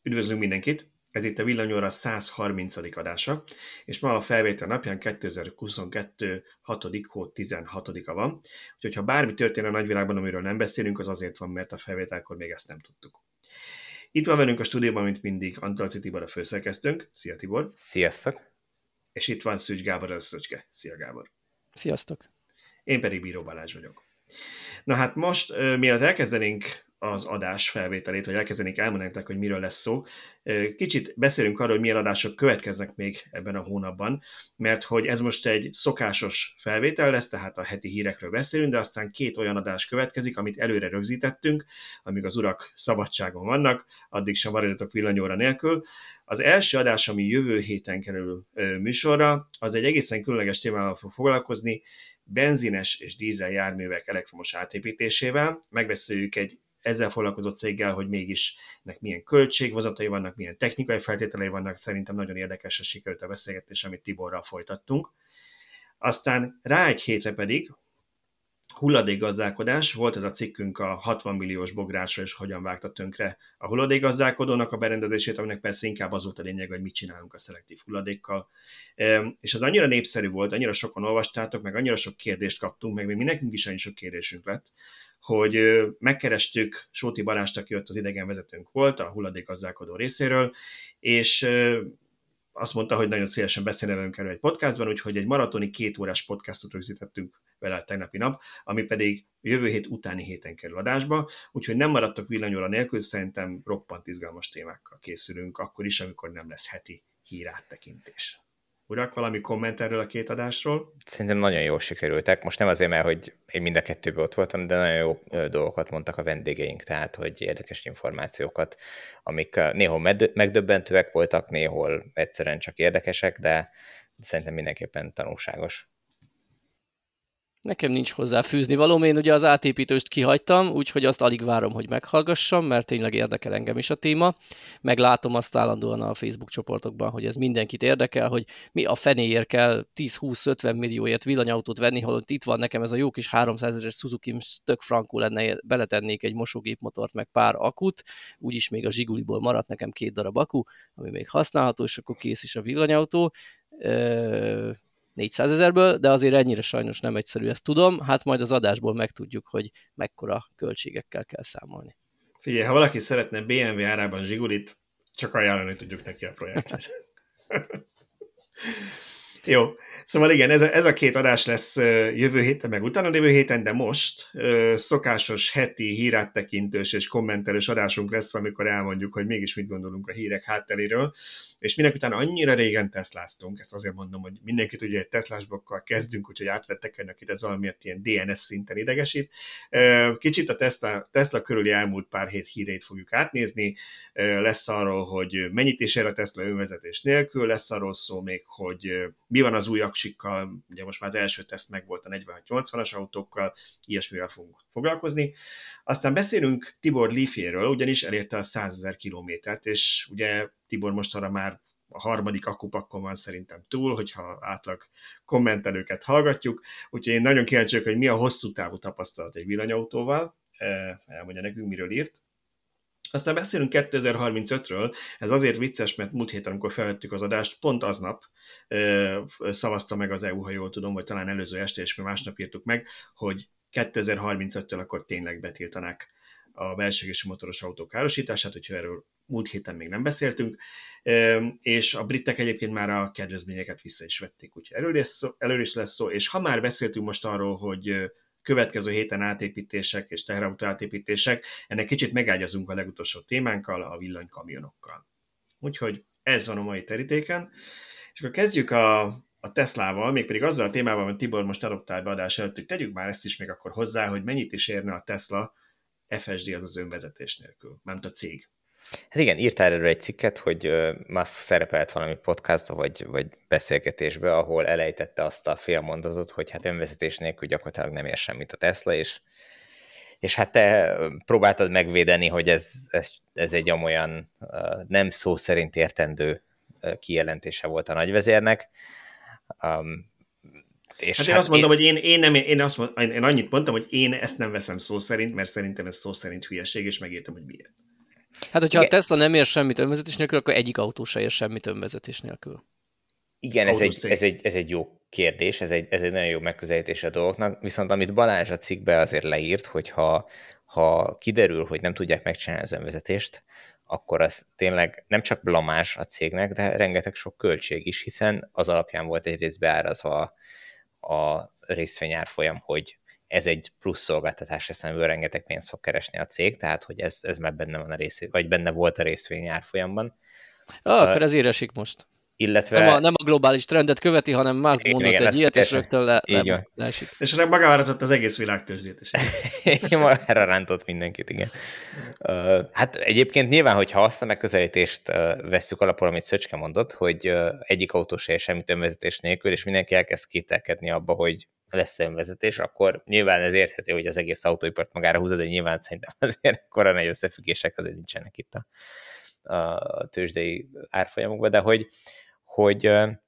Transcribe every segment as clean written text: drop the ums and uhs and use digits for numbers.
Üdvözlünk mindenkit! Ez itt a Villanyóra 130. adása, és ma a felvétel napján 2022. 6. hó 16-a van. Úgyhogy ha bármi történne a nagyvilágban, amiről nem beszélünk, az azért van, mert a felvételkor még ezt nem tudtuk. Itt van velünk a stúdióban, mint mindig, Antalci Tibor a főszerkesztőnk. Szia Tibor! Sziasztok! És itt van Szűcs Gábor a Szöcske. Szia Gábor! Sziasztok! Én pedig Bíró Balázs vagyok. Na hát most, mielőtt elkezdenénk az adás felvételét, vagy elkezdenénk elmondani nektek, hogy miről lesz szó, kicsit beszélünk arról, hogy milyen adások következnek még ebben a hónapban, mert hogy ez most egy szokásos felvétel lesz, tehát a heti hírekről beszélünk, de aztán 2 olyan adás következik, amit előre rögzítettünk, amíg az urak szabadságon vannak, addig sem maradjatok villanyóra nélkül. Az első adás, ami jövő héten kerül műsorra, az egy egészen különleges témával fog foglalkozni, benzines és dízel járművek elektromos átépítésével. Megbeszéljük egy ezzel foglalkozó céggel, hogy mégis nek milyen költségvozatai vannak, milyen technikai feltételei vannak. Szerintem nagyon érdekes a sikerült a beszélgetés, amit Tiborral folytattunk. Aztán rá egy hétre pedig hulladékgazdálkodás. Volt ez a cikkünk a 60 milliós bográsra, és hogyan vágta tönkre a hulladékgazdálkodónak a berendezését, aminek persze inkább az volt a lényeg, hogy mit csinálunk a szelektív hulladékkal. És az annyira népszerű volt, annyira sokan olvastátok, meg annyira sok kérdést kaptunk, meg még nekünk is annyi sok kérdésünk lett, hogy megkerestük Sóti Balást, aki ott az idegenvezetőnk volt, a hulladékgazdálkodó részéről, és azt mondta, hogy nagyon szívesen beszélne velünk erről egy podcastban, úgyhogy egy maratoni 2 órás podcastot rögzítettünk vele a tegnapi nap, ami pedig jövő hét utáni héten kerül adásba, úgyhogy nem maradtok villanyóra nélkül, szerintem roppant izgalmas témákkal készülünk, akkor is, amikor nem lesz heti híráttekintés. Urak, valami komment erről a 2 adásról? Szerintem nagyon jól sikerültek. Most nem azért, mert hogy én mind a 2-ben ott voltam, de nagyon jó dolgokat mondtak a vendégeink, tehát hogy érdekes információkat, amik néhol megdöbbentőek voltak, néhol egyszerűen csak érdekesek, de szerintem mindenképpen tanulságos. Nekem nincs hozzá fűzni valóm, én ugye az átépítőst kihagytam, úgyhogy azt alig várom, hogy meghallgassam, mert tényleg érdekel engem is a téma. Meglátom azt állandóan a Facebook csoportokban, hogy ez mindenkit érdekel, hogy mi a fenéért kell 10-20-50 millióért villanyautót venni, holott itt van nekem ez a jó kis 300 000-es Suzuki, tök frankó lenne, beletennék egy mosógépmotort, meg pár akut, úgyis még a Zsiguliból maradt nekem 2 darab akku, ami még használható, és akkor kész is a villanyautó. 400 000-ből, de azért ennyire sajnos nem egyszerű, ezt tudom. Hát majd az adásból megtudjuk, hogy mekkora költségekkel kell számolni. Figyelj, ha valaki szeretne BMW árában Zsigulit, csak ajánlani tudjuk neki a projektet. Jó, szóval igen, ez a 2 adás lesz jövő héten, meg utána jövő héten, de most szokásos heti híráttekintős és kommentelős adásunk lesz, amikor elmondjuk, hogy mégis mit gondolunk a hírek hátteréről, és minek utána annyira régen Tesláztunk, ezt azért mondom, hogy mindenkit ugye egy Teslás blokkal kezdünk, úgyhogy átvettek ennek itt ez valamiért ilyen DNS szinten idegesít. Kicsit a Tesla körüli elmúlt pár hét híreit fogjuk átnézni, lesz arról, hogy mennyit is ér a Tesla önvezetés nélkül, lesz arról szó még, hogy mi van az új aksikkal, ugye most már az első teszt megvolt a 4680-as autókkal, ilyesmivel fogunk foglalkozni. Aztán beszélünk Tibor Leafjéről, ugyanis elérte a 100 000 kilométert, és ugye Tibor mostanra már a 3. akupakkon van szerintem túl, hogyha átlag kommentelőket hallgatjuk, úgyhogy én nagyon kíváncsi vagyok, hogy mi a hosszú távú tapasztalat egy villanyautóval, elmondja nekünk, miről írt. Aztán beszélünk 2035-ről, ez azért vicces, mert múlt héten, amikor felvettük az adást, pont aznap szavazta meg az EU, ha jól tudom, vagy talán előző este, és mi másnap írtuk meg, hogy 2035-től akkor tényleg betiltanák a belső égésű motoros autók károsítását, hogyha erről múlt héten még nem beszéltünk, és a britek egyébként már a kedvezményeket vissza is vették, úgyhogy erről is lesz szó, és ha már beszéltünk most arról, hogy következő héten átépítések és teherautó átépítések, ennek kicsit megágyazunk a legutolsó témánkkal, a villanykamionokkal. Úgyhogy ez van a mai terítéken, és akkor kezdjük a Teslával, mégpedig azzal a témával, amit Tibor most adoptál be adás előtt, hogy tegyük már ezt is még akkor hozzá, hogy mennyit is érne a Tesla FSD, az önvezetés nélkül, ment a cég. Hát igen, írtál erről egy cikket, hogy Musk szerepelt valami podcastba, vagy beszélgetésbe, ahol elejtette azt a félmondatot, hogy hát önvezetés nélkül gyakorlatilag nem ér semmit a Tesla, és hát te próbáltad megvédeni, hogy ez egy olyan nem szó szerint értendő kijelentése volt a nagyvezérnek. És hát én azt mondom, hogy én annyit mondtam, hogy én ezt nem veszem szó szerint, mert szerintem ez szó szerint hülyeség, és megírtam, hogy miért. Hát, hogyha Igen. a Tesla nem ér semmit önvezetés nélkül, akkor egyik autó se ér semmit önvezetés nélkül. Igen, Autós cég. ez egy jó kérdés, ez egy nagyon jó megközelítés a dolgoknak, viszont amit Balázs a cikkbe azért leírt, hogy ha kiderül, hogy nem tudják megcsinálni az önvezetést, akkor az tényleg nem csak blamás a cégnek, de rengeteg sok költség is, hiszen az alapján volt egyrészt beárazva a részvényárfolyam, hogy ez egy plusz szolgáltatás, hiszen ebből rengeteg pénzt fog keresni a cég, tehát hogy ez már benne van vagy benne volt a részvényárfolyamban. Akkor ez esik most. Illetve... Nem a globális trendet követi, hanem más mondott egy ilyet, és rögtön leesik. És magára rátott az egész világtőzsdét is. Magára rántott mindenkit, igen. Hát egyébként nyilván, hogyha azt a megközelítést vesszük alapul, amit Szöcske mondott, hogy egyik autó se ér semmit önvezetés nélkül, és mindenki elkezd kételkedni abba, hogy lesz önvezetés, akkor nyilván ez érthető, hogy az egész autóipart magára húzza, de nyilván szerintem azért akkora nagy összefüggések azért nincsenek itt a tőzsdei árfolyamokban, de hogy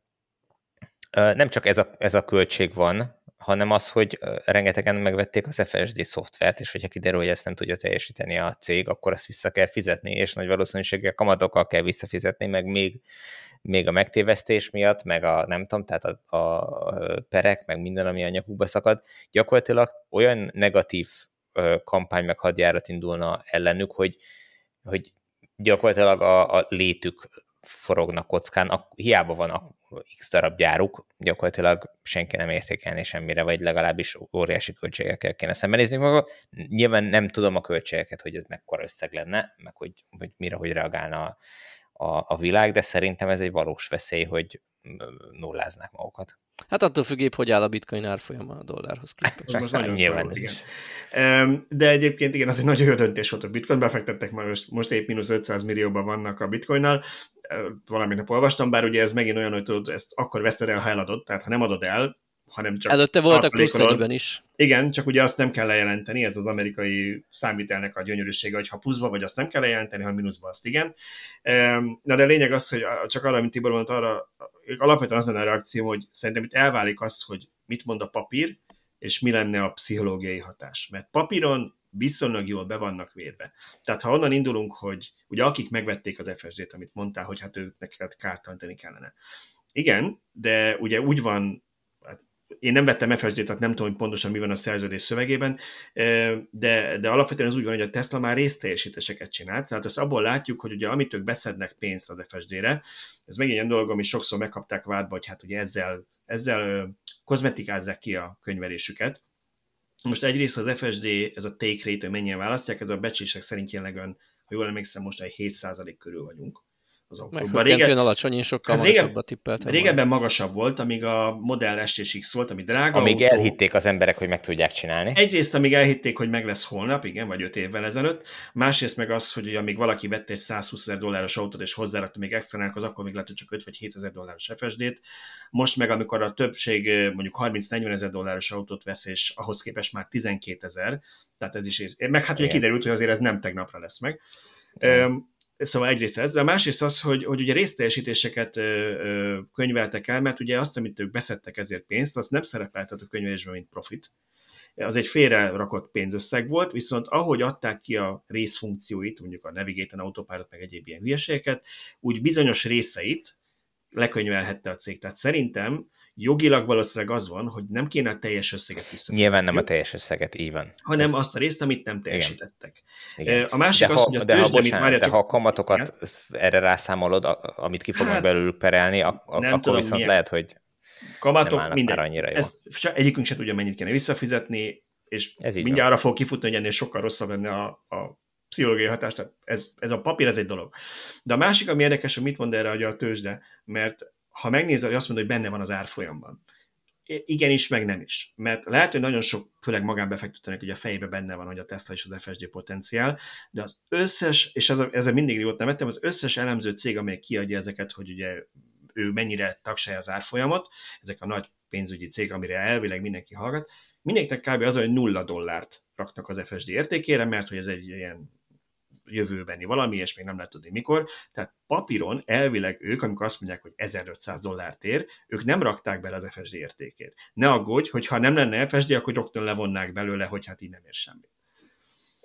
nem csak ez a költség van, hanem az, hogy rengetegen megvették az FSD szoftvert, és hogyha kiderül, hogy ezt nem tudja teljesíteni a cég, akkor azt vissza kell fizetni, és nagy valószínűséggel kamatokkal kell visszafizetni, meg még a megtévesztés miatt, meg a nem tudom, tehát a perek, meg minden, ami a nyakukba szakad. Gyakorlatilag olyan negatív kampány meg hadjárat indulna ellenük, hogy gyakorlatilag a létük forognak kockán, hiába van a x darab gyáruk, gyakorlatilag senki nem értékelni semmire, vagy legalábbis óriási költségekkel kéne szembenézni maga. Nyilván nem tudom a költségeket, hogy ez mekkora összeg lenne, meg hogy mire, hogy reagálna a világ, de szerintem ez egy valós veszély, hogy nulláznák magukat. Hát attól függ épp, hogy áll a bitcoin árfolyama a dollárhoz képest. Most nagyon nyilván szorult, igen. De egyébként igen, az egy nagyon jó döntés volt a bitcoin, befektettek most épp mínusz 500 millióban vannak a bitcoinnal, valamint nap olvastam, bár ugye ez megint olyan, hogy tudod, ezt akkor veszed el, ha eladod, tehát ha nem adod el, hanem csak előtte voltak pluszennyiben is. Igen, csak ugye azt nem kell lejelenteni, ez az amerikai számvitelnek a gyönyörűsége, hogy ha pluszba vagy, azt nem kell lejelenteni, ha mínuszba, azt igen. Na de a lényeg az, hogy csak arra, mint Tibor mondta, arra alapvetően az lenne a reakció, hogy szerintem itt elválik az, hogy mit mond a papír, és mi lenne a pszichológiai hatás. Mert papíron viszonylag jól be vannak vérve. Tehát ha onnan indulunk, hogy ugye akik megvették az FSD-t, amit mondtál, hogy hát őket kártalanítani kellene. Igen, de ugye úgy van, én nem vettem FSD-t, tehát nem tudom, hogy pontosan mi van a szerződés szövegében, de alapvetően az úgy van, hogy a Tesla már részteljesítéseket csinált, tehát azt abból látjuk, hogy ugye amit ők beszednek pénzt az FSD-re, ez megint ilyen dolog, ami sokszor megkapták vádba, hogy hát ugye ezzel kozmetikázzák ki a könyvelésüket. Most egyrészt az FSD, ez a take rate, hogy mennyien választják, ez a becslések szerint jelenleg olyan, ha jól emlékszem, most egy 7% körül vagyunk az autókban. Meg alacsony, én sokkal magasabbat tippeltem. Régebben magasabb volt, amíg a Model S és X volt, ami drága amíg autó. Elhitték az emberek, hogy meg tudják csinálni. Egyrészt, amíg elhitték, hogy meg lesz holnap, igen, vagy 5 évvel ezelőtt. Másrészt meg az, hogy amíg valaki vette egy $120,000 autót, és hozzárakta még extránákhoz, akkor még lehet, hogy csak $5 vagy $7,000 FSD-t. Most meg, amikor a többség mondjuk $30-40,000 autót vesz, és ahhoz képest már 12,000, tehát ez is meg hát ugye kiderült, hogy azért ez nem tegnapra lesz meg. Szóval egyrészt ez, de a másrészt az, hogy ugye részteljesítéseket könyveltek el, mert ugye azt, amit ők beszedtek ezért pénzt, azt nem szerepeltet a könyvelésben, mint profit. Az egy félre rakott pénzösszeg volt, viszont ahogy adták ki a részfunkcióit, mondjuk a Navigate-en, Autopilot, meg egyéb ilyen hülyeségeket, úgy bizonyos részeit lekönyvelhette a cég. Tehát szerintem jogilag valószínűleg az van, hogy nem kéne a teljes összeget visszafizetni. Nyilván nem a teljes összeget, így van. Hanem azt a részt, amit nem teljesítettek. Igen. A másik az, hogy a tőzsde, amit várja... De ha a kamatokat erre rászámolod, amit ki fognak belőlük perelni, akkor tudom, viszont lehet, hogy kamatok, minden. Annyira jó. Egyikünk se tudja, mennyit kéne visszafizetni, és mindjárt arra fog kifutni, hogy ennél sokkal rosszabb lenne a pszichológiai hatás, tehát ez a papír, ez egy dolog. De a másik, ami érdekes, hogy mit mond erre a tőzsde, mert ha megnézel, hogy azt mondod, hogy benne van az árfolyamban. Igenis, meg nem is. Mert lehet, hogy nagyon sok, főleg magánbefektetőnek, hogy a fejbe benne van, hogy a Tesla és az FSD potenciál, de az összes, és ezzel mindig jót nevettem, az összes elemző cég, amely kiadja ezeket, hogy ugye ő mennyire tagsálja az árfolyamot, ezek a nagy pénzügyi cég, amire elvileg mindenki hallgat, mindenkinek kb. Az, hogy $0 raknak az FSD értékére, mert hogy ez egy ilyen jövőbeni valami, és még nem lehet tudni mikor. Tehát papíron elvileg ők, amikor azt mondják, hogy $1,500 ér, ők nem rakták bele az FSD értékét. Ne aggódj, hogy ha nem lenne FSD, akkor rögtön levonnák belőle, hogy hát így nem ér semmit.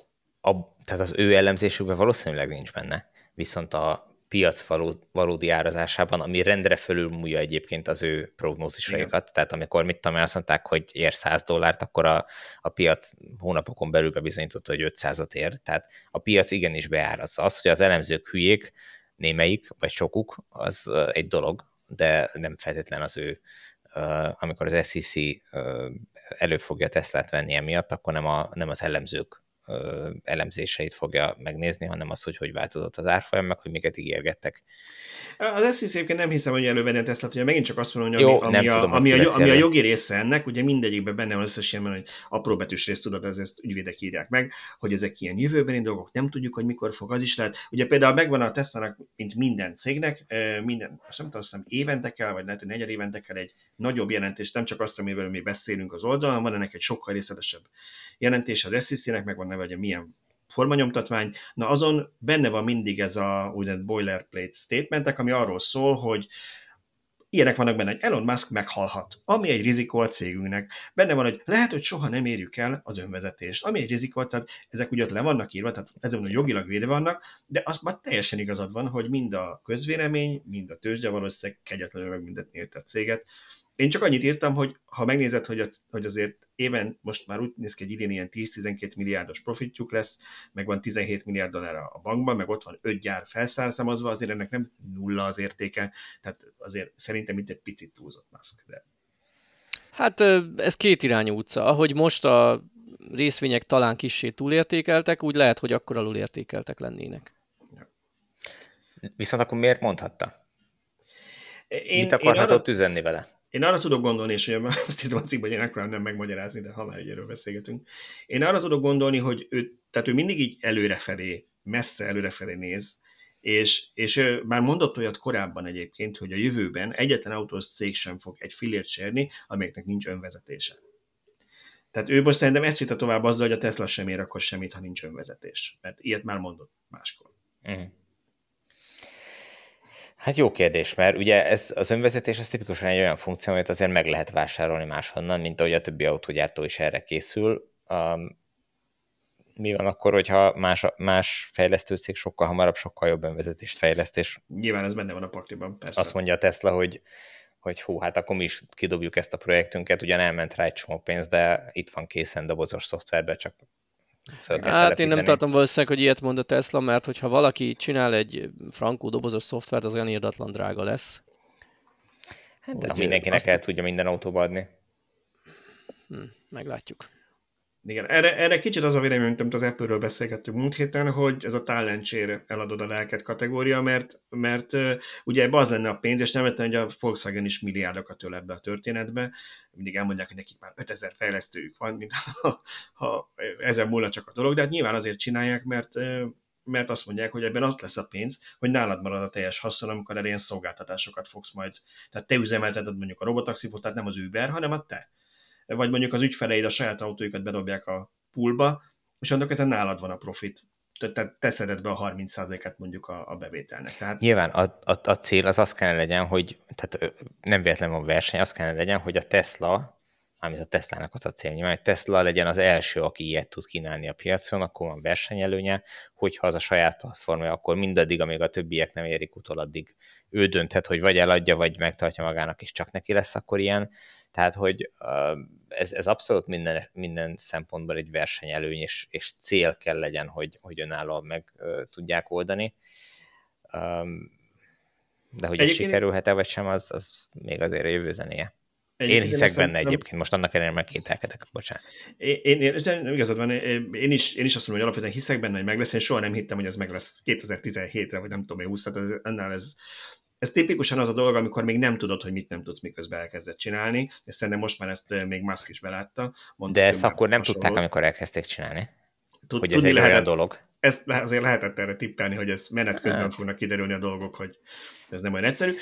tehát az ő elemzésükben valószínűleg nincs benne, viszont a piac valódi árazásában, ami rendre fölülmúlja egyébként az ő prognózisaikat. Igen. Tehát amikor azt mondták, hogy ér $100, akkor a piac hónapokon belül bebizonyította, hogy 500-at ér. Tehát a piac igenis beárazza. Az, hogy az elemzők hülyék, némelyik, vagy sokuk, az egy dolog, de nem feltétlen az ő, amikor az SEC elő fogja Teslát venni emiatt, akkor nem az elemzők elemzéseit fogja megnézni, hanem az, hogy változott az árfolyam, meg hogy miket ígérgettek. Az SEC egyébként nem hiszem, hogy elővenni a Teslát, ugye megint csak azt mondom, hogy ami a jogi része ennek, ugye mindegyikben benne van összes ilyen, hogy apróbetűs részt tudod, ezt ügyvédek írják meg, hogy ezek ilyen jövőbeni dolgok, nem tudjuk, hogy mikor fog, az is lehet. Ugye például megvan a Teslának, mint minden cégnek, azt nem tudom, évente kell, vagy lehet, hogy negyed évente kell egy nagyobb jelentés, nem csak azt, amivel mi beszélünk az oldalon, van ennek egy sokkal részletesebb jelentés az SEC-nek, meg van neve, hogy milyen formanyomtatvány. Na azon benne van mindig ez a úgynevezett boilerplate statementek, ami arról szól, hogy ilyenek vannak benne, hogy Elon Musk meghalhat, ami egy rizikó a cégünknek. Benne van, hogy lehet, hogy soha nem érjük el az önvezetést, ami egy rizikó, tehát ezek ugye ott le vannak írva, tehát ezek jogilag védve vannak, de azt már teljesen igazad van, hogy mind a közvélemény, mind a tőzsde valószínűleg kegyetlenül megbüntetni érte a céget. Én csak annyit írtam, hogy ha megnézed, hogy azért éven most már úgy néz ki, hogy idén ilyen 10-12 milliárdos profitjuk lesz, meg van 17 milliárd dollár a bankban, meg ott van 5 gyár felszámozva, azért ennek nem nulla az értéke, tehát azért szerintem itt egy picit túlzott Musk. De... Hát ez kétirányú utca. Ahogy most a részvények talán kissé túlértékeltek, úgy lehet, hogy akkor alulértékeltek lennének. Ja. Viszont akkor miért mondhatta? Mit akarhatott üzenni vele? Én arra tudok gondolni, és ugye azt írtam a cikkben, hogy én akarom nem megmagyarázni, de ha már így erről beszélgetünk. Én arra tudok gondolni, hogy ő mindig így előrefelé, messze előrefelé néz, és már mondott olyat korábban egyébként, hogy a jövőben egyetlen autós cég sem fog egy fillért sérni, amelyeknek nincs önvezetése. Tehát ő most szerintem ezt vitte tovább azzal, hogy a Tesla sem ér akkor semmit, ha nincs önvezetés. Mert ilyet már mondott máskor. Uh-huh. Hát jó kérdés, mert ugye ez, az önvezetés az tipikusan egy olyan funkció, amit azért meg lehet vásárolni máshonnan, mint ahogy a többi autógyártó is erre készül. Mi van akkor, hogyha más fejlesztőcég sokkal hamarabb, sokkal jobb önvezetést fejleszt, és nyilván ez benne van a pakliban, persze. Azt mondja a Tesla, hogy hú, hát akkor mi is kidobjuk ezt a projektünket, ugyan elment rá egy csomó pénz, de itt van készen dobozos szoftverbe, csak hát én nem tartom valószínűleg, hogy ilyet mond a Tesla, mert hogyha valaki csinál egy frankó dobozos szoftvert, az olyan irdatlan drága lesz. Hát de mindenkinek el tudja minden autóba adni. Meglátjuk. Igen, erre kicsit az a véleményem, amit az Apple-ről beszélgettünk múlt héten, hogy ez a talentsér eladod a lelket kategória, mert ugye ebbe az lenne a pénz, és nem vettem, hogy a Volkswagen is milliárdokat öl ebbe a történetbe. Mindig elmondják, hogy nekik már 5000 fejlesztőjük van, mint ha ezen múlna csak a dolog, de hát nyilván azért csinálják, mert azt mondják, hogy ebben ott lesz a pénz, hogy nálad marad a teljes haszon, amikor erre ilyen szolgáltatásokat fogsz majd. Tehát te üzemelteted mondjuk a robotaxipot, tehát nem az Uber, hanem a te. Vagy mondjuk az ügyfeleid a saját autójukat bedobják a poolba, és annak ezen nálad van a profit. Tehát te szeded be a 30%-át mondjuk a bevételnek. Tehát... Nyilván a cél az kellene legyen, hogy tehát nem véletlenül van verseny, az kellene legyen, hogy a Tesla, amit a Teslának az a cél, nyilván, hogy Tesla legyen az első, aki ilyet tud kínálni a piacon, akkor van versenyelőnye, hogyha az a saját platformja, akkor mindaddig, amíg a többiek nem érik utol, addig ő dönthet, hogy vagy eladja, vagy megtartja magának, és csak neki lesz akkor ilyen. Tehát, hogy ez abszolút minden szempontból egy versenyelőny, és cél kell legyen, hogy önállóan meg tudják oldani. De hogy ez sikerülhet-e, vagy sem, az még azért a jövő zenéje. Én hiszek benne egyébként, most annak ellenére meg kételkedek, bocsánat. Én igazad van, én is azt mondom, hogy alapvetően hiszek benne, hogy meg lesz. Én soha nem hittem, hogy ez meg lesz 2017-re, vagy nem tudom, 20, tehát annál ez tipikusan az a dolog, amikor még nem tudod, hogy mit nem tudsz, miközben elkezded csinálni, és szerintem most már ezt még Musk is belátta. De ezt akkor nem tudták, amikor elkezdték csinálni? Hogy ez egy olyan dolog? Ezt azért lehetett erre tippelni, hogy ez menet közben fognak kiderülni a dolgok, hogy ez nem olyan egyszerű.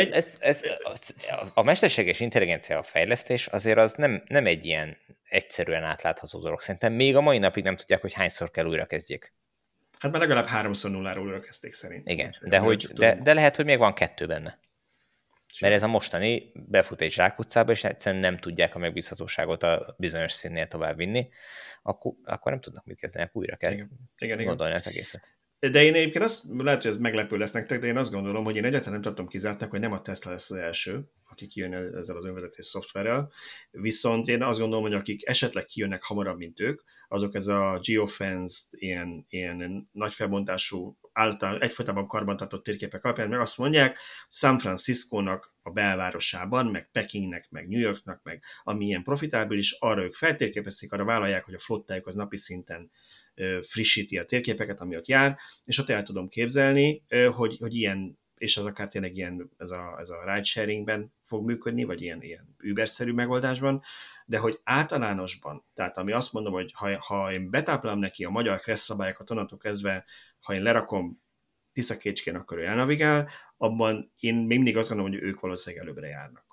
A mesterséges intelligencia a fejlesztés azért az nem egy ilyen egyszerűen átlátható dolog. Szerintem még a mai napig nem tudják, hogy hányszor kell újra kezdjék. Hát már legalább 3-0-ról újra kezdték szerint. Igen, de lehet, hogy még van 2 benne. Mert ez a mostani befut egy zsákutcába, és egyszerűen nem tudják a megbízhatóságot a bizonyos színnél tovább vinni, akkor nem tudnak mit kezdeni, újra kell gondolni az egészet. De én egyébként lehet, hogy ez meglepő lesz nektek, de én azt gondolom, hogy én egyáltalán nem tartom kizártnak, hogy nem a Tesla lesz az első, aki kijön ezzel az önvezetés szoftverrel, viszont én azt gondolom, hogy akik esetleg kijönnek hamarabb, mint ők, azok ez a geofenced, ilyen nagy felbontású, egyfolytában karbantartott térképek alapján, mert azt mondják, San Franciscónak a belvárosában, meg Pekingnek, meg New Yorknak, meg ami ilyen profitábilis, arra ők feltérképezték, arra vállalják, hogy a flottájuk az napi szinten frissíti a térképeket, ami ott jár, és ott el tudom képzelni, hogy ilyen, és az akár tényleg ilyen, ez a ride-sharingben fog működni, vagy ilyen Uber-szerű megoldásban, de hogy általánosban, tehát ami azt mondom, hogy ha én betáplálom neki a magyar kressz szabályokat, onnantól kezdve, ha én lerakom Tiszakécskén, akkor ő elnavigál, abban én még mindig azt gondolom, hogy ők valószínűleg előbbre járnak.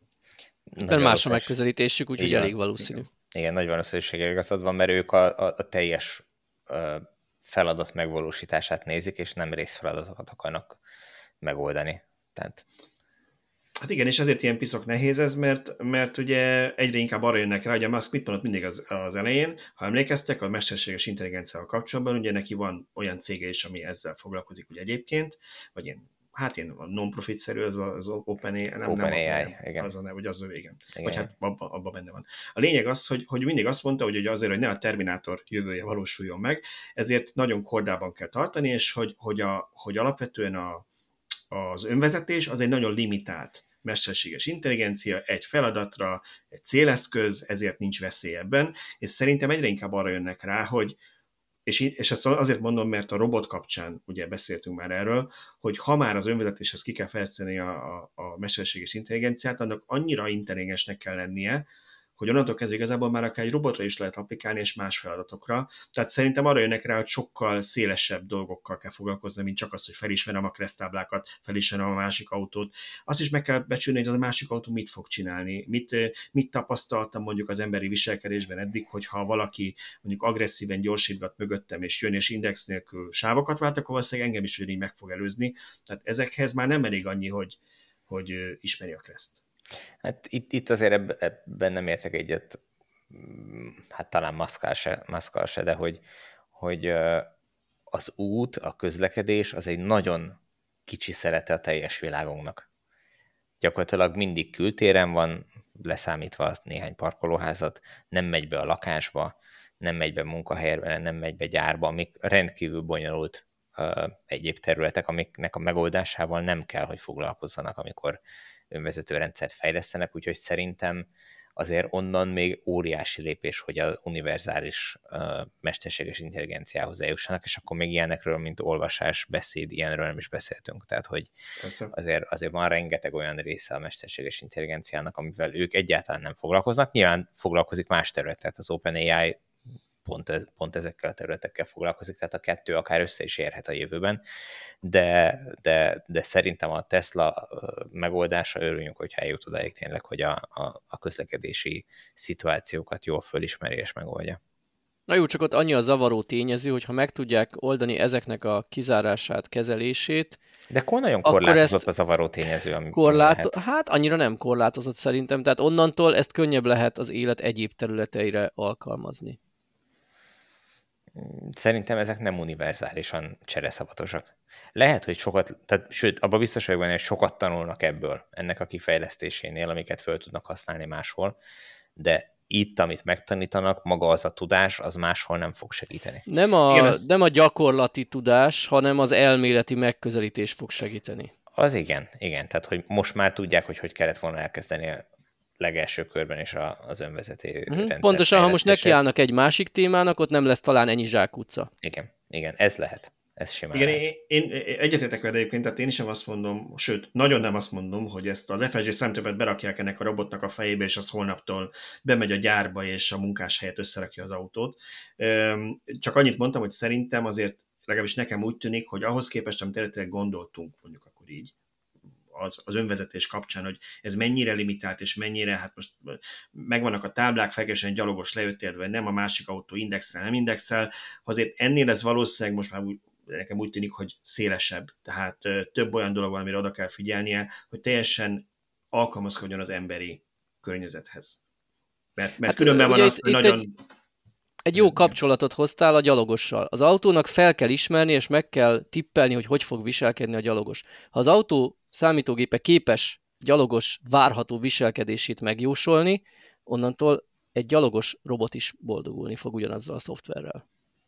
Mert más a megközelítésük, úgyhogy elég valószínű. Igen, nagy valószínűséggel igazad van, mert ők a teljes feladat megvalósítását nézik, és nem részfeladatokat akarnak megoldani. Tehát... Hát igen, és ezért ilyen piszok nehéz ez, mert ugye egyre inkább arra jönnek rá, hogy a Musk mit mondott mindig az elején, ha emlékeztek, a mesterséges intelligenciával kapcsolatban, ugye neki van olyan cége is, ami ezzel foglalkozik ugye egyébként, vagy ilyen a non-profit-szerű, az OpenAI, igen. Az a nev, az igen. Vagy hát abban benne van. A lényeg az, hogy mindig azt mondta, hogy azért, hogy ne a Terminátor jövője valósuljon meg, ezért nagyon kordában kell tartani, és hogy alapvetően az önvezetés az egy nagyon limitált mesterséges intelligencia, egy feladatra, egy céleszköz, ezért nincs veszély ebben, és szerintem egyre inkább arra jönnek rá, hogy és ezt azért mondom, mert a robot kapcsán, ugye beszéltünk már erről, hogy ha már az önvezetéshez ki kell fejleszteni a mesterséges intelligenciát, annak annyira intelligensnek kell lennie, hogy onnantól kezdve igazából már akár egy robotra is lehet applikálni, és más feladatokra. Tehát szerintem arra jönnek rá, hogy sokkal szélesebb dolgokkal kell foglalkozni, mint csak az, hogy felismerem a keresztáblákat, felismerem a másik autót. Azt is meg kell becsülni, hogy az a másik autó mit fog csinálni. Mit tapasztaltam mondjuk az emberi viselkedésben eddig, hogyha valaki mondjuk agresszíven gyorsítgat mögöttem, és jön, és index nélkül sávokat vált, akkor valószínűleg engem is így meg fog előzni. Tehát ezekhez már nem elég annyi, hogy ismeri a kereszt. Hát itt azért ebben nem értek egyet, hát talán Muskkal se, de hogy az út, a közlekedés az egy nagyon kicsi szelete a teljes világunknak. Gyakorlatilag mindig kültéren van, leszámítva néhány parkolóházat, nem megy be a lakásba, nem megy be munkahelyre, nem megy be gyárba, amik rendkívül bonyolult egyéb területek, amiknek a megoldásával nem kell, hogy foglalkozzanak, amikor önvezető rendszert fejlesztenek, úgyhogy szerintem azért onnan még óriási lépés, hogy az univerzális mesterséges intelligenciához eljussanak, és akkor még ilyenekről, mint olvasás, beszéd, ilyenről nem is beszéltünk. Tehát, hogy azért van rengeteg olyan része a mesterséges intelligenciának, amivel ők egyáltalán nem foglalkoznak. Nyilván foglalkozik más területet, az OpenAI pont ezekkel a területekkel foglalkozik, tehát a kettő akár össze is érhet a jövőben, de szerintem a Tesla megoldása, örüljünk, hogyha eljut odáig tényleg, hogy a közlekedési szituációkat jól fölismeri és megoldja. Na jó, csak ott annyi a zavaró tényező, hogy ha meg tudják oldani ezeknek a kizárását, kezelését, de akkor nagyon korlátozott a zavaró tényező, ami lehet. Hát annyira nem korlátozott szerintem, tehát onnantól ezt könnyebb lehet az élet egyéb területeire alkalmazni. Szerintem ezek nem univerzálisan csereszavatosak. Lehet, hogy sőt, abban biztos vagyok benne, hogy sokat tanulnak ebből, ennek a kifejlesztésénél, amiket föl tudnak használni máshol, de itt, amit megtanítanak, maga az a tudás, az máshol nem fog segíteni. Nem a gyakorlati tudás, hanem az elméleti megközelítés fog segíteni. Az igen, tehát hogy most már tudják, hogy kellett volna elkezdeni a legelső körben is az önvezető rendszer. Pontosan, ha most nekiállnak egy másik témának, ott nem lesz talán ennyi zsákutca. Igen, ez lehet. Ez simán igen, lehet. Én egyetértek vele egyébként, tehát én sem azt mondom, sőt, nagyon nem azt mondom, hogy ezt az FSG számítógépet berakják ennek a robotnak a fejébe, és az holnaptól bemegy a gyárba, és a munkás helyett összerakja az autót. Csak annyit mondtam, hogy szerintem azért, legalábbis nekem úgy tűnik, hogy ahhoz képest, amit eredetileg gondoltunk, mondjuk akkor így, az önvezetés kapcsán, hogy ez mennyire limitált, és mennyire, hát most megvannak a táblák, felkeresen gyalogos lejöttél, vagy nem, a másik autó indexel, nem indexel, azért ennél ez valószínűleg most már nekem úgy tűnik, hogy szélesebb, tehát több olyan dolog van, amire oda kell figyelnie, hogy teljesen alkalmazkodjon az emberi környezethez. Mert Hát különben van ugye az, hogy nagyon... egy jó kapcsolatot hoztál a gyalogossal. Az autónak fel kell ismerni, és meg kell tippelni, hogy fog viselkedni a gyalogos. Ha az autó számítógépe képes gyalogos várható viselkedését megjósolni, onnantól egy gyalogos robot is boldogulni fog ugyanazzal a szoftverrel.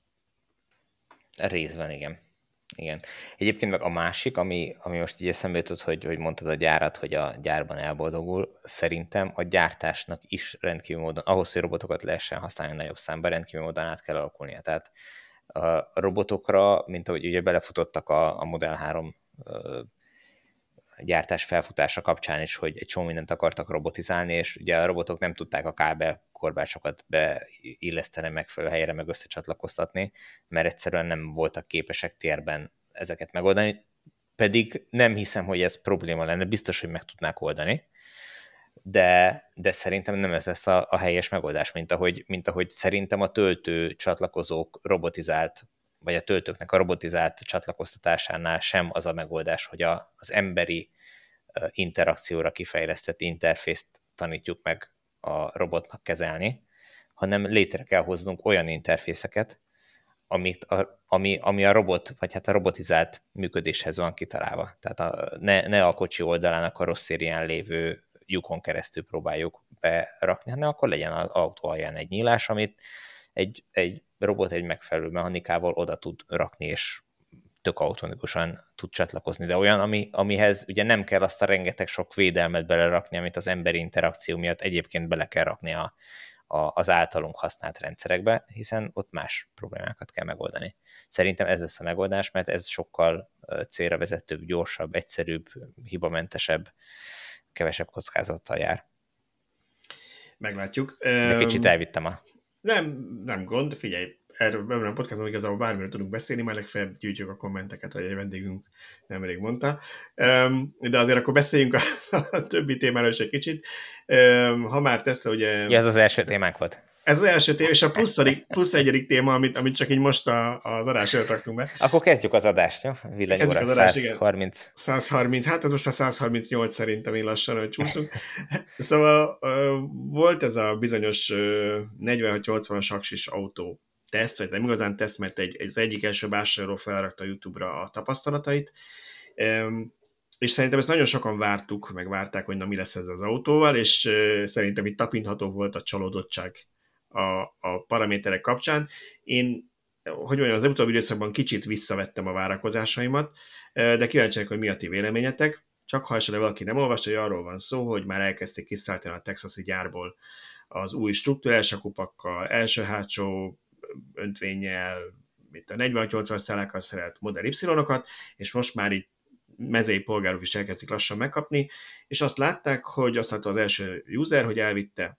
Részben, igen. Igen. Egyébként meg a másik, ami most így eszembe jutott, hogy mondtad a gyárat, hogy a gyárban elboldogul, szerintem a gyártásnak is rendkívül módon, ahhoz, hogy robotokat lehessen használni nagyobb számban, rendkívül módon át kell alakulnia. Tehát a robotokra, mint ahogy ugye belefutottak a Model 3 gyártás felfutása kapcsán is, hogy egy csomó mindent akartak robotizálni, és ugye a robotok nem tudták a kábel korbácsokat beilleszteni megfelelő helyre, meg összecsatlakoztatni, mert egyszerűen nem voltak képesek térben ezeket megoldani, pedig nem hiszem, hogy ez probléma lenne, biztos, hogy meg tudnák oldani, de szerintem nem ez lesz a helyes megoldás, mint ahogy szerintem a töltő csatlakozók robotizált, vagy a töltőknek a robotizált csatlakoztatásánál sem az a megoldás, hogy az emberi interakcióra kifejlesztett interfészt tanítjuk meg a robotnak kezelni, hanem létre kell hoznunk olyan interfészeket, ami a robot, vagy hát a robotizált működéshez van kitalálva. Tehát ne a kocsi oldalán a karosszérián lévő lyukon keresztül próbáljuk berakni, hanem akkor legyen az autó alján egy nyílás, amit egy robot egy megfelelő mechanikával oda tud rakni, és tök automatikusan tud csatlakozni, de olyan, amihez ugye nem kell azt a rengeteg sok védelmet belerakni, amit az emberi interakció miatt egyébként bele kell rakni az általunk használt rendszerekbe, hiszen ott más problémákat kell megoldani. Szerintem ez lesz a megoldás, mert ez sokkal célra vezetőbb, gyorsabb, egyszerűbb, hibamentesebb, kevesebb kockázattal jár. Meglátjuk. De kicsit elvittem Nem gond, figyelj, erről a podcaston igazából bármiről tudunk beszélni, majd legfeljebb gyűjtjük a kommenteket, hogy egy vendégünk nemrég mondta. De azért akkor beszéljünk a többi témáról is egy kicsit. Ha már Tesla, ugye... Ja, ez az első témánk volt. Ez az első téma, és a plusz egyedik téma, amit csak így most az adás előtt raktunk be. Akkor kezdjük az adást, jó? Villanyóra, 130. Igen. 130, hát ez most már 138 szerintem, én lassan, hogy csúszunk. Szóval volt ez a bizonyos 46-80-as aksis autó teszt, vagy nem igazán teszt, mert az egyik első vásárló felrakta a YouTube-ra a tapasztalatait, és szerintem ezt nagyon sokan várták, hogy na mi lesz ez az autóval, és szerintem itt tapintható volt a csalódottság a paraméterek kapcsán. Én, hogy mondjam, az utóbbi időszakban kicsit visszavettem a várakozásaimat, de kíváncsiak, hogy mi a ti véleményetek. Csak ha esetleg valaki nem olvasta, hogy arról van szó, hogy már elkezdték kiszállítani a texasi gyárból az új struktúrás akupakkal, első-hátsó öntvénnyel, mint a 46-80 szállákkal szerelt Model Y-okat, és most már itt mezei polgárok is elkezdik lassan megkapni, és azt látták, hogy azt látta az első user, hogy elvitte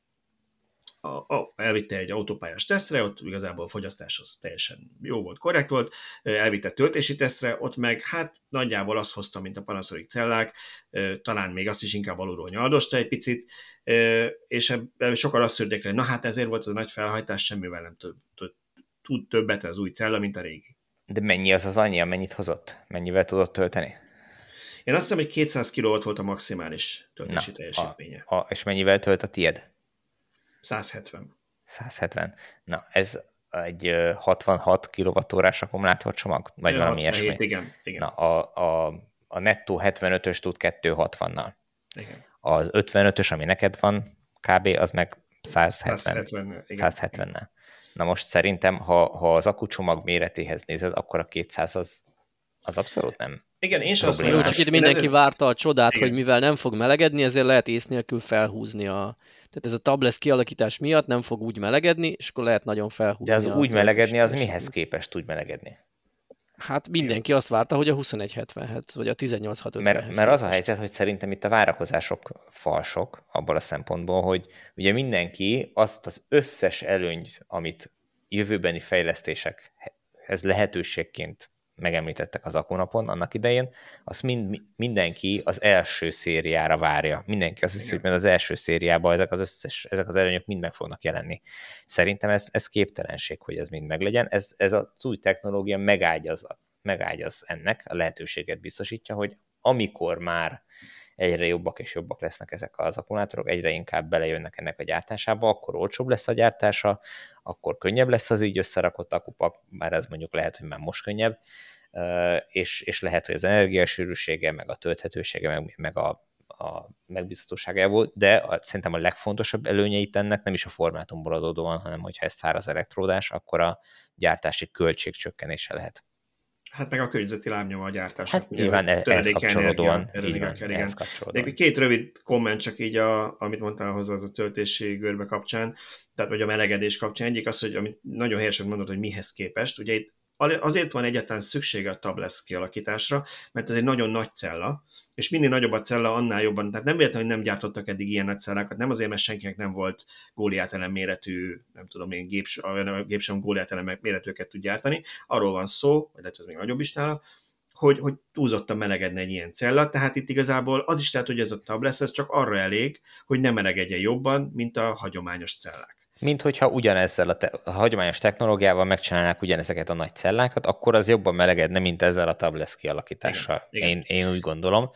egy autópályás tesztre, ott igazából a fogyasztás az teljesen jó volt, korrekt volt, elvitte töltési tesztre, ott meg hát nagyjából azt hozta, mint a Panasonic cellák, talán még azt is inkább alulról nyaldosta egy picit, és ebben sokan azt szűrték le, na hát ezért volt az a nagy felhajtás, semmivel nem tud többet az új cella, mint a régi. De mennyi az annyi, mennyit hozott? Mennyivel tudott tölteni? Én azt hiszem, hogy 200 kW volt a maximális töltési teljesítménye. És mennyivel tölt a tied? 170. 170. Na, ez egy 66 kWh-s akkumulátorcsomag? Vagy valami ilyesmi? Igen. Na, a nettó 75-ös tud 260-nal. Igen. Az 55-ös, ami neked van, kb. Az meg 170-nel. Na most szerintem, ha az akkucsomag méretéhez nézed, akkor a 200 az abszolút nem. Igen, én sem azt mondom. Csak itt mindenki várta a csodát, igen, hogy mivel nem fog melegedni, ezért lehet ész nélkül felhúzni Tehát ez a tablesz kialakítás miatt nem fog úgy melegedni, és akkor lehet nagyon felhúzni. De az úgy melegedni, az mihez képest úgy melegedni? Hát mindenki azt várta, hogy a 2170-hez, vagy a 18650-hez. Mert az a helyzet, hogy szerintem itt a várakozások falsok, abból a szempontból, hogy ugye mindenki azt az összes előnyt, amit jövőbeni fejlesztésekhez lehetőségként megemlítettek az Akkunapon annak idején, azt mindenki az első szériára várja. Mindenki azt hiszi, hogy az első szériában ezek az előnyök mind meg fognak jelenni. Szerintem ez képtelenség, hogy ez mind meglegyen. Ez az új technológia megágyaz ennek, a lehetőséget biztosítja, hogy amikor már egyre jobbak és jobbak lesznek ezek az akkumulátorok, egyre inkább belejönnek ennek a gyártásába, akkor olcsóbb lesz a gyártása, akkor könnyebb lesz az így összerakott akupak, bár ez mondjuk lehet, hogy már most könnyebb, és lehet, hogy az energiasűrűsége, meg a tölthetősége, meg a megbízhatóságából, de szerintem a legfontosabb előnyeit ennek nem is a formátumból adódóan, hanem hogyha ez száraz elektródás, akkor a gyártási költség csökkenése lehet. Hát meg a környezeti lábnyoma a gyártásnak. Hát nyilván ehhez kapcsolódóan. De két rövid komment csak így, amit mondtál hozzá az a töltési görbe kapcsán, tehát vagy a melegedés kapcsán. Egyik az, hogy amit nagyon helyesen mondod, hogy mihez képest. Ugye itt azért van egyáltalán szüksége a tablesz kialakításra, mert ez egy nagyon nagy cella, és minél nagyobb a cella, annál jobban, tehát nem véletlenül, hogy nem gyártottak eddig ilyen nagy cellákat, nem azért, mert senkinek nem volt góliátelem méretű, nem tudom én, gépsem góliátelem méretűeket tud gyártani, arról van szó, vagy lehet, ez még nagyobb is nála, hogy túlzottan melegedne egy ilyen cella, tehát itt igazából az is lehet, hogy ez a tablesz, ez csak arra elég, hogy ne melegedjen jobban, mint a hagyományos cellák. Mint hogyha ugyanezzel a hagyományos technológiával megcsinálnák ugyanezeket a nagy cellákat, akkor az jobban melegedne, mint ezzel a tablesz kialakítással. Igen. Én úgy gondolom.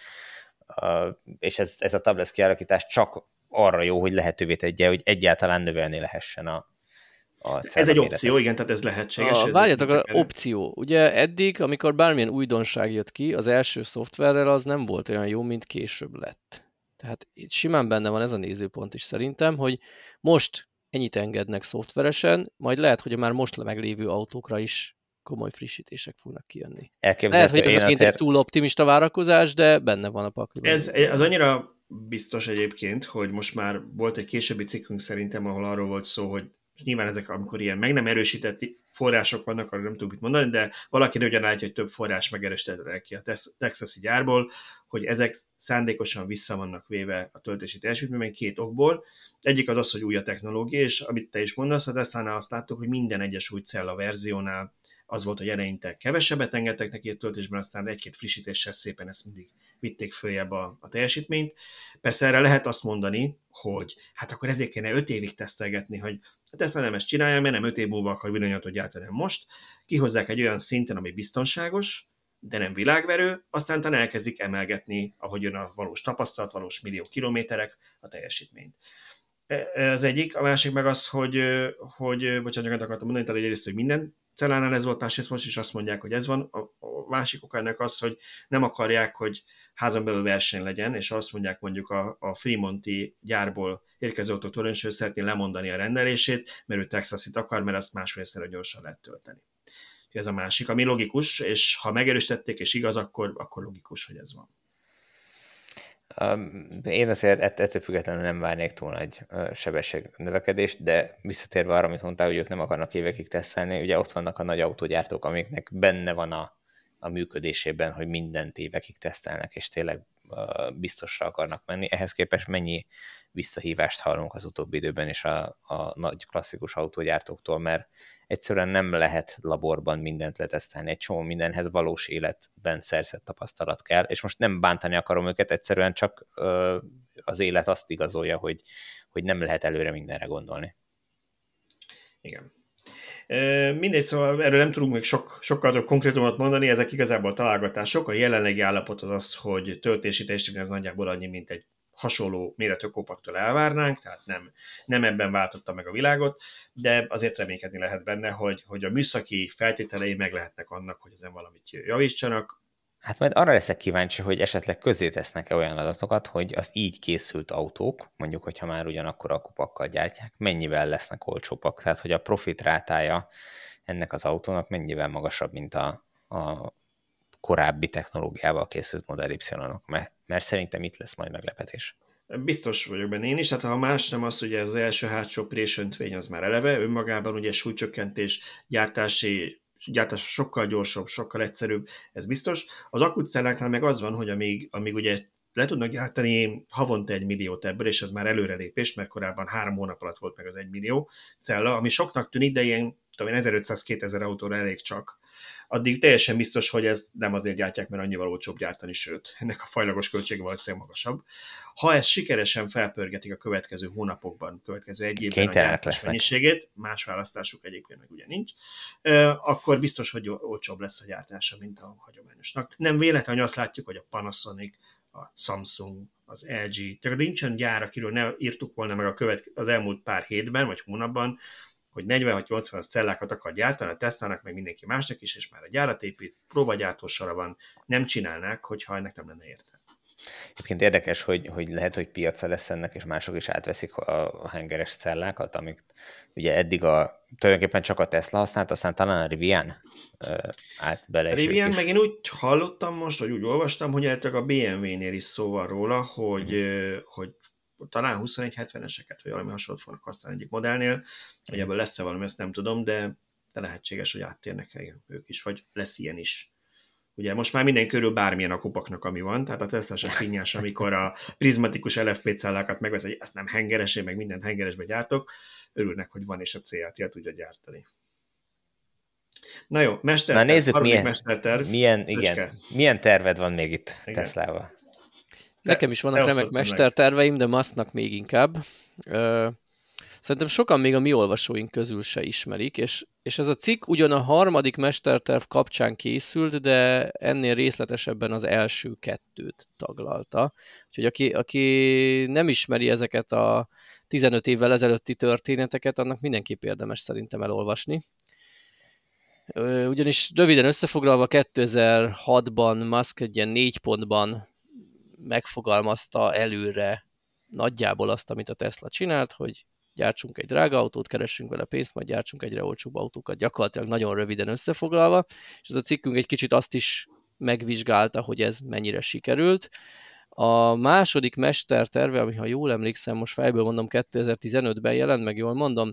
És ez a tablesz kialakítás csak arra jó, hogy lehetővé tegye, hogy egyáltalán növelni lehessen a ez egy opció, igen, tehát ez lehetséges. Várjatok, az opció. Ugye eddig, amikor bármilyen újdonság jött ki, az első szoftverrel az nem volt olyan jó, mint később lett. Tehát itt simán benne van ez a nézőpont is szerintem, hogy most ennyit engednek szoftveresen, majd lehet, hogy a már most meglévő autókra is komoly frissítések fognak kijönni. Lehet, hogy ez azért egy túl optimista várakozás, de benne van a pakliban. Ez az annyira biztos egyébként, hogy most már volt egy későbbi cikkünk szerintem, ahol arról volt szó, hogy nyilván ezek, amikor ilyen meg nem erősített források vannak, arra nem tudok mit mondani, de valaki ugyan látja, hogy több forrás megerősített ki a texasi gyárból, hogy ezek szándékosan vissza vannak véve a töltési teljesítményben két okból. Egyik az az, hogy új a technológia, és amit te is mondasz, a Tesla-nál azt láttuk, hogy minden egyes új cella verziónál az volt, hogy eleinte kevesebbet engedtek neki a töltésben, aztán egy-két frissítéssel szépen ezt mindig vitték följebb a teljesítményt. Persze erre lehet azt mondani, hogy hát akkor ezért kéne 5 évig tesztelgetni, hogy a Tesla nem ezt csinálja, mert nem 5 év múlva akar villanyautót gyártani, most kihozzák egy olyan szinten, ami biztonságos, de nem világverő, aztán utána elkezdik emelgetni, ahogy jön a valós tapasztalat, valós millió kilométerek a teljesítményt. Ez egyik, a másik meg az, hogy bocsánat, akartam mondani, tehát egyrészt, hogy minden cellánál ez volt, másrészt most is azt mondják, hogy ez van. A másik oka ennek az, hogy nem akarják, hogy házon belül verseny legyen, és azt mondják mondjuk a Fremonti gyárból érkező autó tulajdonosról szeretné lemondani a rendelését, mert ő Texasit akar, mert azt másfélszer gyorsan lehet tölteni. Ez a másik, ami logikus, és ha megerősítették, és igaz, akkor logikus, hogy ez van. Én azért ettől függetlenül nem várnék túl nagy sebességnövekedést, de visszatérve arra, amit mondtál, hogy ők nem akarnak évekig tesztelni, ugye ott vannak a nagy autógyártók, amiknek benne van a működésében, hogy mindent évekig tesztelnek, és tényleg biztosra akarnak menni. Ehhez képest mennyi visszahívást hallunk az utóbbi időben is a nagy klasszikus autógyártóktól, mert egyszerűen nem lehet laborban mindent letesztelni, egy csomó mindenhez valós életben szerzett tapasztalat kell, és most nem bántani akarom őket, egyszerűen csak az élet azt igazolja, hogy nem lehet előre mindenre gondolni. Igen. Mindegy, szóval erről nem tudunk még sokkal több konkrétumot mondani, ezek igazából találgatások. A jelenlegi állapot az az, hogy töltési teljesítmény ez nagyjából annyi, mint egy hasonló méretű kompaktól elvárnánk, tehát nem ebben váltotta meg a világot, de azért reménykedni lehet benne, hogy a műszaki feltételei meg lehetnek annak, hogy ezen valamit javítsanak. Hát majd arra leszek kíváncsi, hogy esetleg közzétesznek-e olyan adatokat, hogy az így készült autók, mondjuk, hogyha már ugyanakkor akupakkal gyártják, mennyivel lesznek olcsóbbak, tehát hogy a profit rátája ennek az autónak mennyivel magasabb, mint a korábbi technológiával készült Model Y-ok, mert szerintem itt lesz majd meglepetés. Biztos vagyok benne én is, tehát ha más nem az, hogy az első hátsó présöntvény az már eleve, önmagában ugye súlycsökkentés, gyártás sokkal gyorsabb, sokkal egyszerűbb, ez biztos. Az akkucelláknál meg az van, hogy amíg ugye le tudnak gyártani havonta 1 milliót ebből, és ez már előrelépés, mert korábban 3 hónap alatt volt meg az 1 millió cella, ami soknak tűnik, de ilyen 1500-2000 autóra elég csak. Addig teljesen biztos, hogy ez nem azért gyártják, mert annyival olcsóbb gyártani, sőt, ennek a fajlagos költsége valószínűleg magasabb. Ha ezt sikeresen felpörgetik a következő hónapokban, következő 1 évben a gyártás mennyiségét, más választásuk egyébként meg ugye nincs, akkor biztos, hogy olcsóbb lesz a gyártása, mint a hagyományosnak. Nem véletlenül azt látjuk, hogy a Panasonic, a Samsung, az LG, tehát nincsen gyár, akiről ne írtuk volna meg az elmúlt pár hétben vagy hónapban, hogy 46-80 cellákat akar gyártani a Teslának, meg mindenki másnak is, és már a gyárat épít, próbagyártósora van, nem csinálnák, hogyha ennek nem lenne értelme. Egyébként érdekes, hogy lehet, hogy piaca lesz ennek, és mások is átveszik a hengeres cellákat, amik ugye eddig tulajdonképpen csak a Tesla használt, aztán talán a Rivian állt bele. A Rivian, meg én úgy hallottam most, vagy úgy olvastam, hogy a BMW-nél is szó van róla, hogy talán 2170-eseket, vagy valami hasonlót fognak használni egyik modellnél, hogy ebből lesz-e valami, ezt nem tudom, de lehetséges, hogy áttérnek ők is, vagy lesz ilyen is. Ugye most már minden körül bármilyen akupaknak, ami van, tehát a Tesla sem finnyás, amikor a prizmatikus LFP cellákat megvesz, hogy ezt nem hengeresé, meg mindent hengeresbe gyártok, örülnek, hogy van, és a CAT-jel tudja gyártani. Na jó, mesterterv. Na nézzük, milyen terved van még itt Teslával. Nekem is vannak remek mesterterveim, de Musknak még inkább. Szerintem sokan még a mi olvasóink közül se ismerik, és ez a cikk ugyan a harmadik mesterterv kapcsán készült, de ennél részletesebben az első kettőt taglalta. Úgyhogy aki nem ismeri ezeket a 15 évvel ezelőtti történeteket, annak mindenképp érdemes szerintem elolvasni. Ugyanis röviden összefoglalva 2006-ban Musk egy ilyen 4 pontban megfogalmazta előre nagyjából azt, amit a Tesla csinált, hogy gyártsunk egy drága autót, keressünk vele pénzt, majd gyártsunk egyre olcsóbb autókat, gyakorlatilag nagyon röviden összefoglalva, és ez a cikkünk egy kicsit azt is megvizsgálta, hogy ez mennyire sikerült. A második mesterterve, ami ha jól emlékszem, most fejből mondom 2015-ben jelent, meg jól mondom,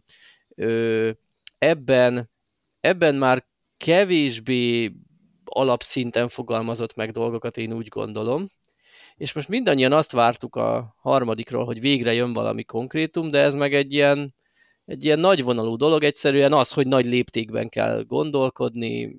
ebben már kevésbé alapszinten fogalmazott meg dolgokat, én úgy gondolom, és most mindannyian azt vártuk a harmadikról, hogy végre jön valami konkrétum, de ez meg egy ilyen nagyvonalú dolog, egyszerűen az, hogy nagy léptékben kell gondolkodni,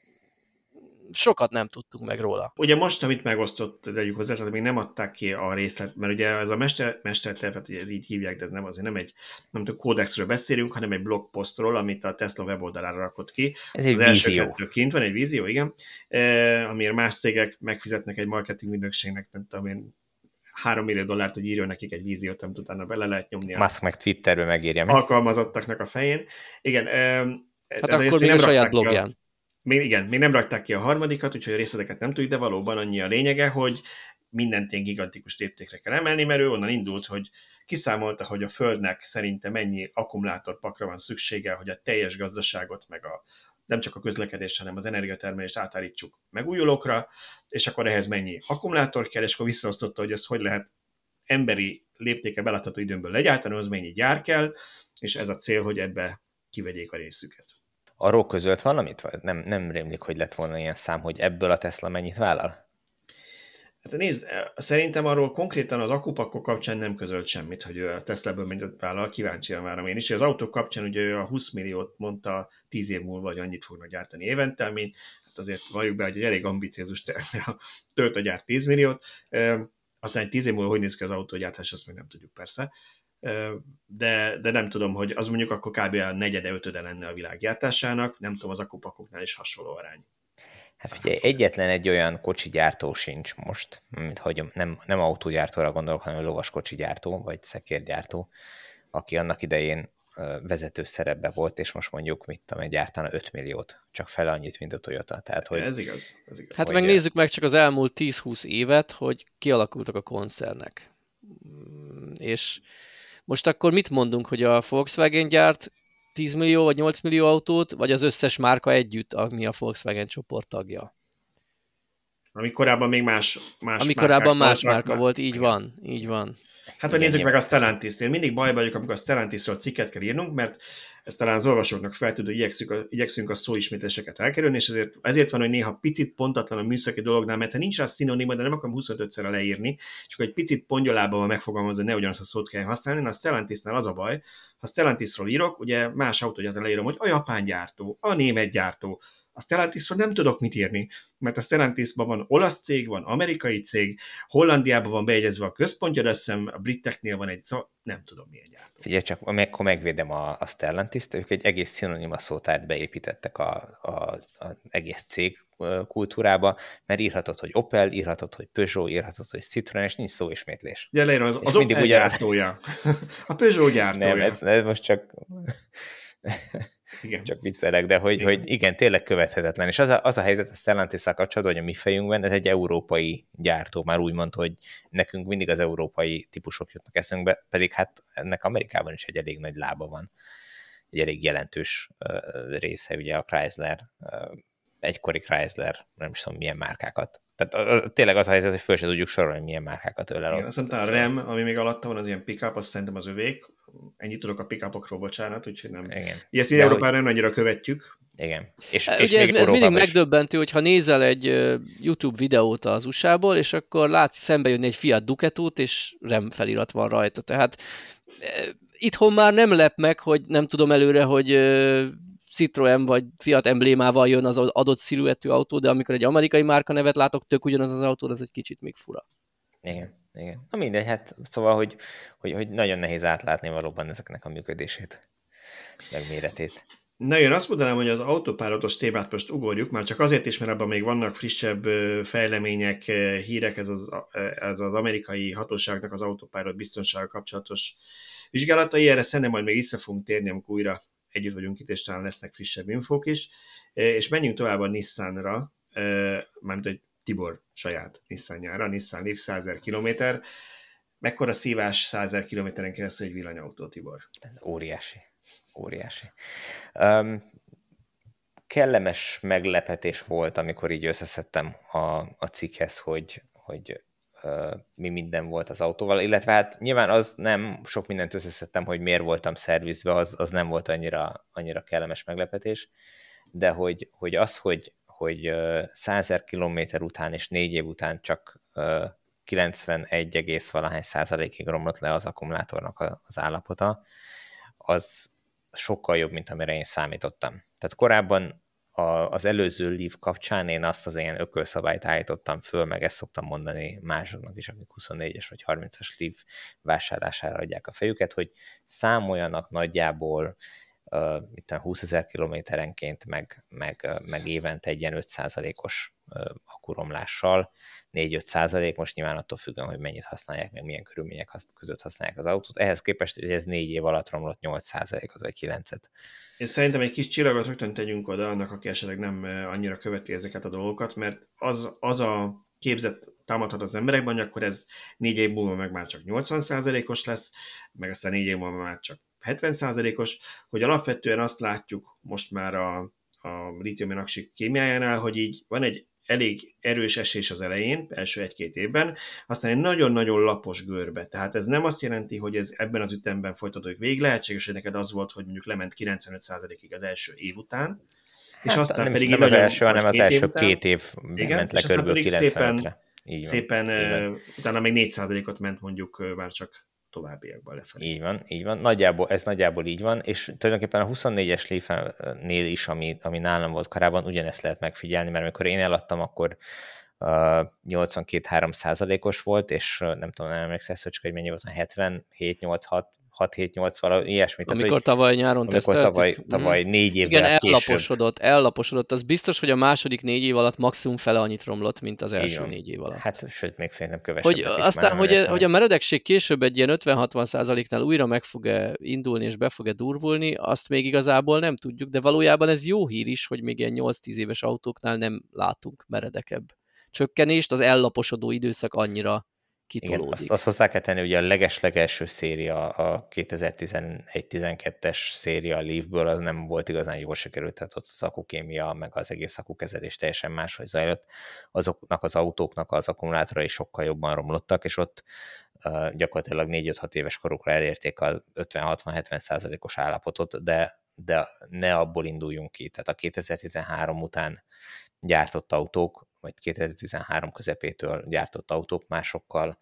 sokat nem tudtunk meg róla. Ugye most, amit megosztott, tegyük hozzá, tehát még nem adták ki a részlet, mert ugye ez a mestertervet, ugye ez így hívják, de ez nem azért nem kódexről beszélünk, hanem egy blogposztról, amit a Tesla weboldalára rakott ki. Ez egy vízió. Első kettő kint van, egy vízió, igen, amiért más cégek megfizetnek egy marketing ügynökségnek, nem tudom én, $3 millió, hogy írjon nekik egy víziót, amit utána bele lehet nyomni. Musk meg Twitterbe megírja meg. Alkalmazottaknak a fején. Igen. Hát akkor még a saját blogján. Még nem rakták ki a harmadikat, úgyhogy a részleteket nem tudjuk, de valóban annyi a lényege, hogy mindent ilyen gigantikus léptékre kell emelni, mert ő onnan indult, hogy kiszámolta, hogy a Földnek szerintem mennyi akkumulátorpakra van szüksége, hogy a teljes gazdaságot, meg nem csak a közlekedés, hanem az energiatermelést átállítsuk megújulókra, és akkor ehhez mennyi akkumulátor kell, és akkor visszaosztotta, hogy ez hogy lehet emberi léptéke belátható időnből legyártani, az mennyi gyár kell, és ez a cél, hogy ebbe kivegyék a részüket. Arról közölt valamit? Vagy nem rémlik, hogy lett volna ilyen szám, hogy ebből a Tesla mennyit vállal? Hát nézd, szerintem arról konkrétan az akupakok kapcsán nem közölt semmit, hogy a Tesla-ből mennyit vállal, kíváncsian várom én is. Az autók kapcsán ugye a 20 milliót mondta 10 év múlva, hogy annyit fognak gyártani évente, ami hát azért valljuk be, hogy egy elég ambiciózus terv, a Toyota gyárt 10 milliót, aztán 10 év múlva hogy néz ki az autógyártás, azt még nem tudjuk persze. De nem tudom, hogy az mondjuk akkor kb. A 4/5 lenne a világgyártásának, nem tudom, az akupakoknál is hasonló arány. Hát figyelj, egyetlen egy olyan kocsigyártó sincs most, mint hogy nem autógyártóra gondolok, hanem lovaskocsigyártó, vagy szekérgyártó, aki annak idején vezető szerepben volt, és most mondjuk, mit tudom, gyártana 5 milliót, csak fele annyit, mint a Toyota. Tehát, hogy ez igaz. Hát meg nézzük meg csak az elmúlt 10-20 évet, hogy kialakultak a koncernek. És most akkor mit mondunk, hogy a Volkswagen gyárt 10 millió vagy 8 millió autót, vagy az összes márka együtt, ami a Volkswagen csoport tagja? Ami korábban még más márka volt, így van. Hát, hogy nézzük meg a Stellantis-nél. Mindig bajba vagyok, amikor a Stellantisról cikket kell írnunk, mert ez talán az olvasóknak feltűnő, hogy igyekszünk a szóismétléseket elkerülni, és ezért van, hogy néha picit pontatlan a műszaki dolognál, mert nincs rá szinonima, de nem akarom 25-szer leírni, csak egy picit pongyolában van megfogalmazva, ne ugyanazt a szót kell használni. A Stellantisnál az a baj, ha Stellantisról írok, ugye más autógyártóra leírom, hogy a japán gyártó, a német gyártó, A Stellantisról nem tudok mit írni, mert a Stellantisban van olasz cég, van amerikai cég, Hollandiában van bejegyezve a központja, de azt hiszem a briteknél van egy, szóval nem tudom milyen gyártó. Figyelj csak, akkor megvédem a Stellantis-t, ők egy egész szinonima szótárt beépítettek a egész cég kultúrába, mert írhatod, hogy Opel, írhatod, hogy Peugeot, írhatod, hogy Citroen, és nincs szóismétlés. Ugye leírom, az Opel gyártója. A Peugeot gyártója. Nem, ez most csak... Igen. Csak viccelek, de hogy igen, tényleg követhetetlen. És az a helyzet a Stellantis-szal kapcsolatban, hogy a mi fejünkben ez egy európai gyártó, már úgy mondta, hogy nekünk mindig az európai típusok jutnak eszünkbe, pedig hát ennek Amerikában is egy elég nagy lába van. Egy elég jelentős része, ugye a Chrysler, egykori Chrysler, nem is tudom milyen márkákat. Tehát tényleg az a helyzet, hogy föl se tudjuk sorolni, hogy milyen márkákat öl el. Igen, azt mondta, a RAM, ami még alatta van, az ilyen pick-up, azt szerintem az övék. Ennyit tudok a pick-upokról, bocsánat, úgyhogy nem. Igen. Ezt mi Európában nem nagyra követjük. Igen. És ugye ez mindig megdöbbentő, hogyha nézel egy YouTube videót az USA-ból, és akkor látsz szembe jönni egy Fiat Ducatót, és RAM felirat van rajta. Tehát itthon már nem lep meg, hogy nem tudom előre, hogy Citroen vagy Fiat emblémával jön az adott sziluettű autó, de amikor egy amerikai márka nevet látok, tök ugyanaz az autó, az egy kicsit még fura. Igen. Igen. Na mindegy, hát szóval, hogy nagyon nehéz átlátni valóban ezeknek a működését, meg méretét. Na én azt mondanám, hogy az autópályázatos témát most ugorjuk, már csak azért is, mert abban még vannak frissebb fejlemények, hírek, ez az amerikai hatóságnak az autópályázat biztonsággal kapcsolatos vizsgálatai, erre szerintem majd még vissza fogunk térni, amikor újra együtt vagyunk itt, és talán lesznek frissebb infók is, és menjünk tovább a Nissanra, mármint egy Tibor saját Nissanjára, Nissan Leaf 100 000 kilométer. Mekkora szívás 100 000 kilométeren keresztül egy villanyautó, Tibor? Óriási. Kellemes meglepetés volt, amikor így összeszedtem a cikkhez, hogy mi minden volt az autóval, illetve hát nyilván az nem, sok mindent összeszedtem, hogy miért voltam szervizbe, az nem volt annyira kellemes meglepetés, de hogy 100 000 kilométer után és 4 év után csak 91, valahány százalékig romlott le az akkumulátornak az állapota, az sokkal jobb, mint amire én számítottam. Tehát korábban az előző Leaf kapcsán én azt az ilyen ökölszabályt állítottam föl, meg ezt szoktam mondani másoknak is, akik 24-es vagy 30-as Leaf vásárlására adják a fejüket, hogy számoljanak nagyjából 20 000 kilométerenként, meg évente egy ilyen 5%-os akkuromlással, 4-5%, most nyilván attól függően, hogy mennyit használják, meg milyen körülmények között használják az autót. Ehhez képest, hogy ez 4 év alatt romlott 8%-ot vagy 9-et. Én szerintem egy kis csillagot rögtön tegyünk oda annak, aki esetleg nem annyira követi ezeket a dolgokat, mert az a képzet támadhat az emberekben, hogy akkor ez 4 év múlva meg már csak 80%-os lesz, meg aztán 4 év múlva már csak 70%-os, hogy alapvetően azt látjuk most már a lítium-ion aksik kémiájánál, hogy így van egy elég erős esés az elején, első 1-2 évben, aztán egy nagyon-nagyon lapos görbe. Tehát ez nem azt jelenti, hogy ez ebben az ütemben folytatódik végig. Lehetséges, hogy neked az volt, hogy mondjuk lement 95%-ig az első év után, és aztán nem pedig nem az első, hanem az első 2 év ment le körülbelül 95-re. Szépen utána még 4%-ot ment mondjuk már csak továbbiakban lefelé. Így van. Ez nagyjából így van, és tulajdonképpen a 24-es Leaf-nél is, ami nálam volt korábban, ugyanezt lehet megfigyelni, mert amikor én eladtam, akkor 82-3%-os volt, és nem tudom, nem emlékszesz, hogy mennyi volt, 77-86, 6-7-8 valahogy ilyesmit. Amikor tavaly nyáron teszteltük. Tavaly 4 évvel igen, ellaposodott. Az biztos, hogy a második 4 év alatt maximum fele annyit romlott, mint az első 4 év alatt. Hát, sőt, még szerintem kevesebbet is. Aztán, hogy a meredekség később egy ilyen 50-60%-nál újra meg fog-e indulni, és be fog-e durvulni, azt még igazából nem tudjuk, de valójában ez jó hír is, hogy még ilyen 8-10 éves autóknál nem látunk meredekebb csökkenést, az ellaposodó időszak annyira kitolódik. Igen, azt hozzá kell tenni, ugye a leges-legelső széria, a 2011-12-es széria a Leafből, az nem volt igazán jól sikerült, tehát ott az akkukémia, meg az egész akkukezelés teljesen máshogy zajlott. Azoknak az autóknak az akkumulátorai sokkal jobban romlottak, és ott gyakorlatilag 4-5-6 éves korukra elérték a 50-60-70%-os állapotot, de ne abból induljunk ki. Tehát a 2013 után gyártott autók, vagy 2013 közepétől gyártott autók másokkal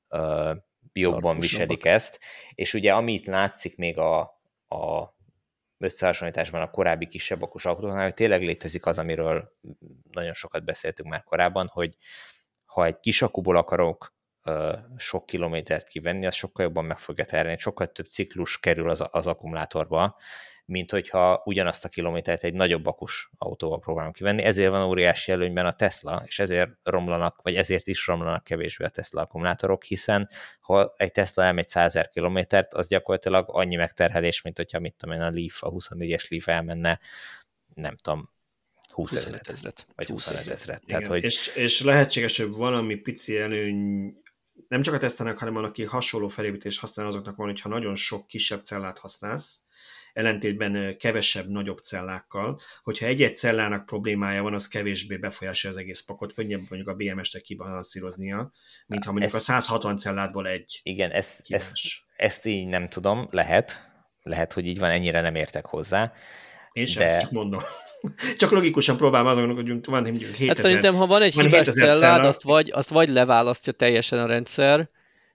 jobban viselik ezt. És ugye amit látszik még a összehasonlításban a korábbi kisebb akkus autóknál, hogy tényleg létezik az, amiről nagyon sokat beszéltünk már korábban, hogy ha egy kis akkuból akarok sok kilométert kivenni, az sokkal jobban meg fogja terhelni, sokkal több ciklus kerül az akkumulátorba, mint hogyha ugyanazt a kilométert egy nagyobb akkus autóval próbálom kivenni. Ezért van óriási előnyben a Tesla, és ezért is romlanak kevésbé a Tesla akkumulátorok, hiszen ha egy Tesla elmegy 100 000 kilométert, az gyakorlatilag annyi megterhelés, mint hogyha a Leaf, a 24-es Leaf elmenne, nem tudom, 20 000 vagy 25 000. Tehát, hogy... és lehetséges, hogy valami pici előny, nem csak a Tesla-nak, hanem aki hasonló felépítést használ, azoknak van, hogyha nagyon sok kisebb cellát használsz, ellentétben kevesebb, nagyobb cellákkal, hogyha egy-egy cellának problémája van, az kevésbé befolyásolja az egész pakot, könnyebb mondjuk a BMS-nek kibalanszíroznia, mint ha mondjuk a 160 celládból egy. Igen, ezt így nem tudom, lehet, hogy így van, ennyire nem értek hozzá. Én sem, csak mondom. Csak logikusan próbálom azonnak, hogy van mondjuk 7000. Hát szerintem, ha van egy hibás cellád, azt vagy leválasztja teljesen a rendszer,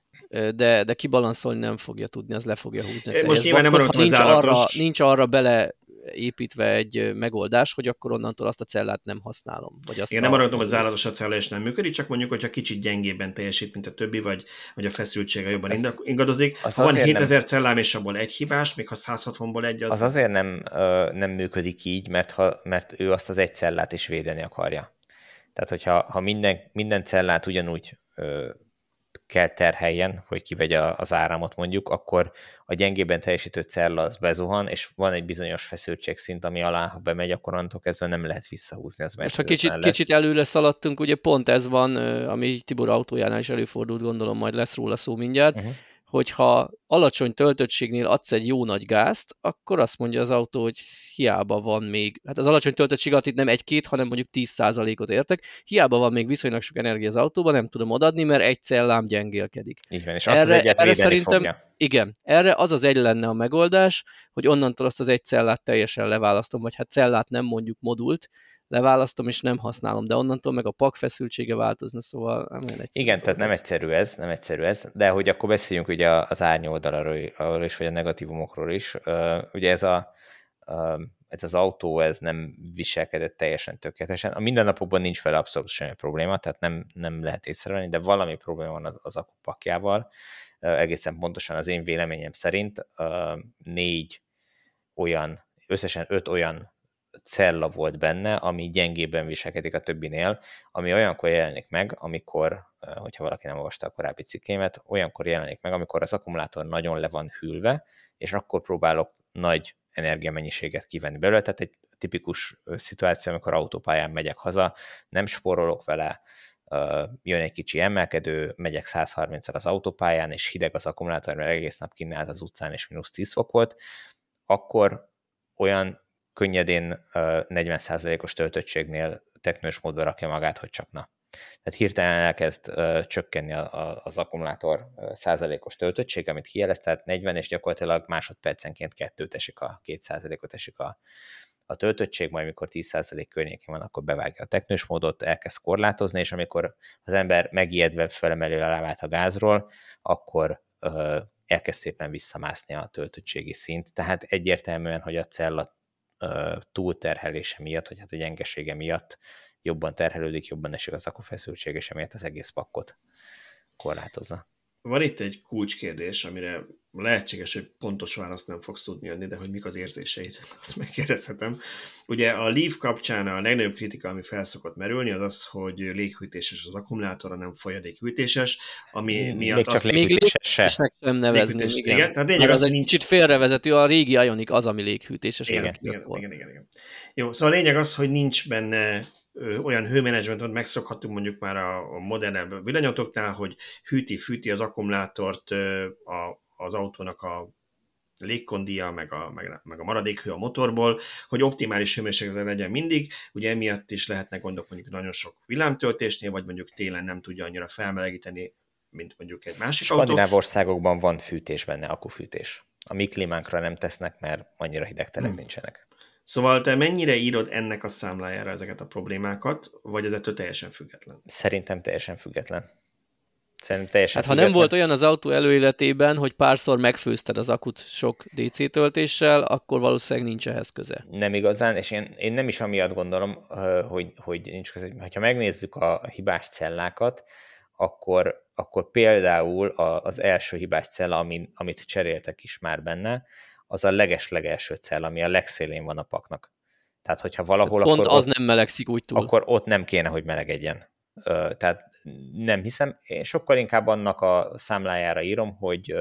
de kibalanszolni nem fogja tudni, az le fogja húzni. Most nyilván nem maradtam az állatos. Nincs arra beleépítve egy megoldás, hogy akkor onnantól azt a cellát nem használom. Vagy azt igen, nem maradtam az állatos a cella, és nem működik, csak mondjuk, hogyha kicsit gyengébben teljesít, mint a többi, vagy a feszültsége jobban ingadozik. Ha van 7000 cellám, és abból egy hibás, még ha 160-ból egy, az azért nem működik így, mert ő azt az egy cellát is védeni akarja. Tehát, hogyha minden cellát ugyanúgy kell terheljen, hogy kivegye az áramot mondjuk, akkor a gyengében teljesítő cella az bezuhan, és van egy bizonyos feszültségszint, ami alá, ha bemegy, akkor onnantól kezdve nem lehet visszahúzni. Az most ha kicsit előre szaladtunk, ugye pont ez van, ami Tibor autójánál is előfordult, gondolom majd lesz róla szó mindjárt, hogyha alacsony töltöttségnél adsz egy jó nagy gázt, akkor azt mondja az autó, hogy hiába van még, hát az alacsony töltöttség alatt itt nem 1-2, hanem mondjuk 10%-ot értek, hiába van még viszonylag sok energia az autóban, nem tudom odaadni, mert egy cellám gyengélkedik. Így van, és azt az egyet védeni szerintem, fogja. Igen, erre az egy lenne a megoldás, hogy onnantól azt az egy cellát teljesen leválasztom, vagy hát cellát nem mondjuk modult, leválasztom és nem használom, de onnantól meg a pak feszültsége változna, szóval nem olyan egyszerű. Igen, tehát nem egyszerű ez, de hogy akkor beszéljünk ugye az árnyoldaláról is, vagy a negatívumokról is. Ugye ez az autó, ez nem viselkedett teljesen tökéletesen. A mindennapokban nincs vele abszolút semmi probléma, tehát nem lehet észrevenni, de valami probléma van az akkupakjával. Egészen pontosan az én véleményem szerint összesen 5 olyan cella volt benne, ami gyengébben viselkedik a többinél, ami olyankor jelenik meg, amikor, hogyha valaki nem olvasta a korábbi cikkémet, olyankor jelenik meg, amikor az akkumulátor nagyon le van hűlve, és akkor próbálok nagy energiamennyiséget kivenni belőle, tehát egy tipikus szituáció, amikor autópályán megyek haza, nem spórolok vele, jön egy kicsi emelkedő, megyek 130-al az autópályán, és hideg az akkumulátor, mert egész nap kint állt az utcán, és -10 fok volt, akkor olyan könnyedén 40%-os töltöttségnél teknős módba rakja magát, hogy csak na. Tehát hirtelen elkezd csökkenni az akkumulátor százalékos töltöttség, amit kijelez, tehát 40, és gyakorlatilag másodpercenként 2%-ot esik a töltöttség, majd mikor 10% környékén van, akkor bevágja a teknős módot, elkezd korlátozni, és amikor az ember megijedve felemeli a lábát a gázról, akkor elkezd szépen visszamászni a töltöttségi szint. Tehát egyértelműen, hogy a cella túlterhelése miatt, vagy hát a gyengesége miatt jobban terhelődik, jobban esik az akkufeszültség, és emiatt az egész pakkot korlátozza. Van itt egy kulcskérdés, amire lehetséges, hogy pontos választ nem fogsz tudni adni, de hogy mik az érzéseid, azt megkérdezhetem. Ugye a Leaf kapcsán a legnagyobb kritika, ami felszokott merülni, az az, hogy léghűtéses az akkumulátora, nem folyadékhűtéses, ami miatt még csak léghűtésesnek sem nevezném, igen. Tehát lényeg az, hogy nincs... Kicsit félrevezető, a régi Ioniq az, ami léghűtéses. Igen. Jó, szóval a lényeg az, hogy nincs benne olyan hőmenedzsment, hogy megszokhatunk mondjuk már a modernebb villanyautóknál, hogy hűti az akkumulátort az autónak a légkondia, meg a maradék hő a motorból, hogy optimális hőmérsékletre legyen mindig. Ugye emiatt is lehetnek gondok mondjuk nagyon sok villámtöltésnél, vagy mondjuk télen nem tudja annyira felmelegíteni, mint mondjuk egy másik autó. Skandináv országokban van fűtés benne, akkufűtés. A mi klímánkra nem tesznek, mert annyira hideg telek nincsenek. Szóval te mennyire írod ennek a számlájára ezeket a problémákat, vagy ez ettől teljesen független? Szerintem teljesen független. Szerintem teljesen Hát ha nem volt olyan az autó előéletében, hogy párszor megfőzted az akut sok DC töltéssel, akkor valószínűleg nincs ehhez köze. Nem igazán, és én nem is amiatt gondolom, hogy nincs köze. Ha megnézzük a hibás cellákat, akkor például az első hibás cella, amit cseréltek is már benne, az a leges-legelső cella, ami a legszélén van a paknak. Tehát, hogyha valahol... Tehát pont akkor az nem melegszik úgy túl. Akkor ott nem kéne, hogy melegedjen. Tehát nem hiszem, én sokkal inkább annak a számlájára írom, hogy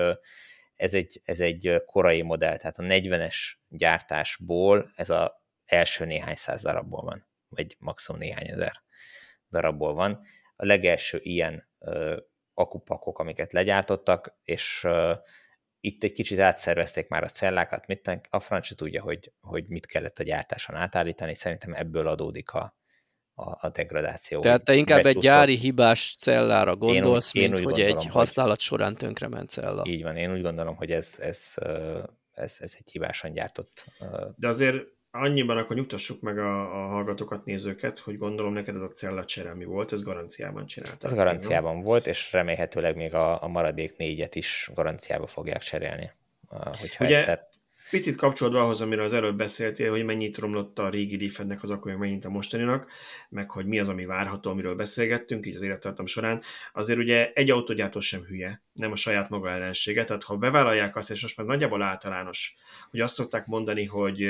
ez egy korai modell, tehát a 40-es gyártásból ez az első néhány száz darabból van, vagy maximum néhány ezer darabból van. A legelső ilyen akupakok, amiket legyártottak, és itt egy kicsit átszervezték már a cellákat, a francia tudja, hogy mit kellett a gyártáson átállítani, szerintem ebből adódik a degradáció. Tehát te inkább egy gyári hibás cellára gondolsz, én mint hogy egy használat során tönkrement cella. Így van, én úgy gondolom, hogy ez egy hibásan gyártott. De azért annyiban akkor nyugtassuk meg a hallgatókat, nézőket, hogy gondolom neked ez a cellacsere, ami volt, ez garanciában csináltad. Ez garanciában volt, és remélhetőleg még a maradék 4-et is garanciába fogják cserélni. Hogyha ugye egyszer... picit kapcsolódva ahhoz, amiről az előbb beszéltél, hogy mennyit romlott a régi Leaf-ednek az akkuja, mennyit a mostaninak, meg hogy mi az, ami várható, amiről beszélgettünk, így az élettartam során. Azért ugye egy autógyártó sem hülye, nem a saját maga ellensége, tehát ha bevállalják azt, és most már nagyjából általános, hogy azt szokták mondani,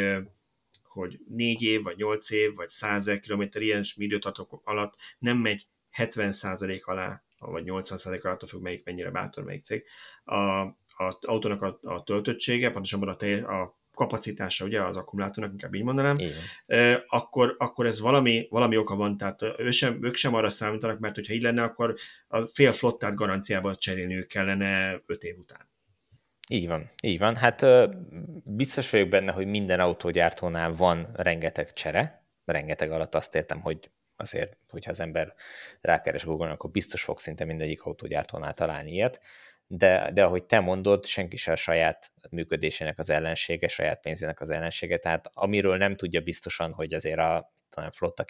hogy 4 év, vagy 8 év, vagy 100 000 kilométer ilyen időtartamok alatt nem megy 70% alá, vagy 80% alá, attól függ, melyik mennyire bátor, melyik cég, az autónak a töltöttsége, pontosabban a kapacitása, ugye, az akkumulátornak, inkább így mondanám, akkor ez valami oka van, tehát ők sem arra számítanak, mert hogyha így lenne, akkor a fél flottát garanciába cserélniük kellene 5 év után. Így van. Hát biztos vagyok benne, hogy minden autógyártónál van rengeteg csere. Rengeteg alatt azt értem, hogy azért, hogyha az ember rákeres Google-on, akkor biztos fog szinte mindegyik autógyártónál találni ilyet. De ahogy te mondod, senki sem a saját működésének az ellensége, saját pénzének az ellensége, tehát amiről nem tudja biztosan, hogy azért a flotta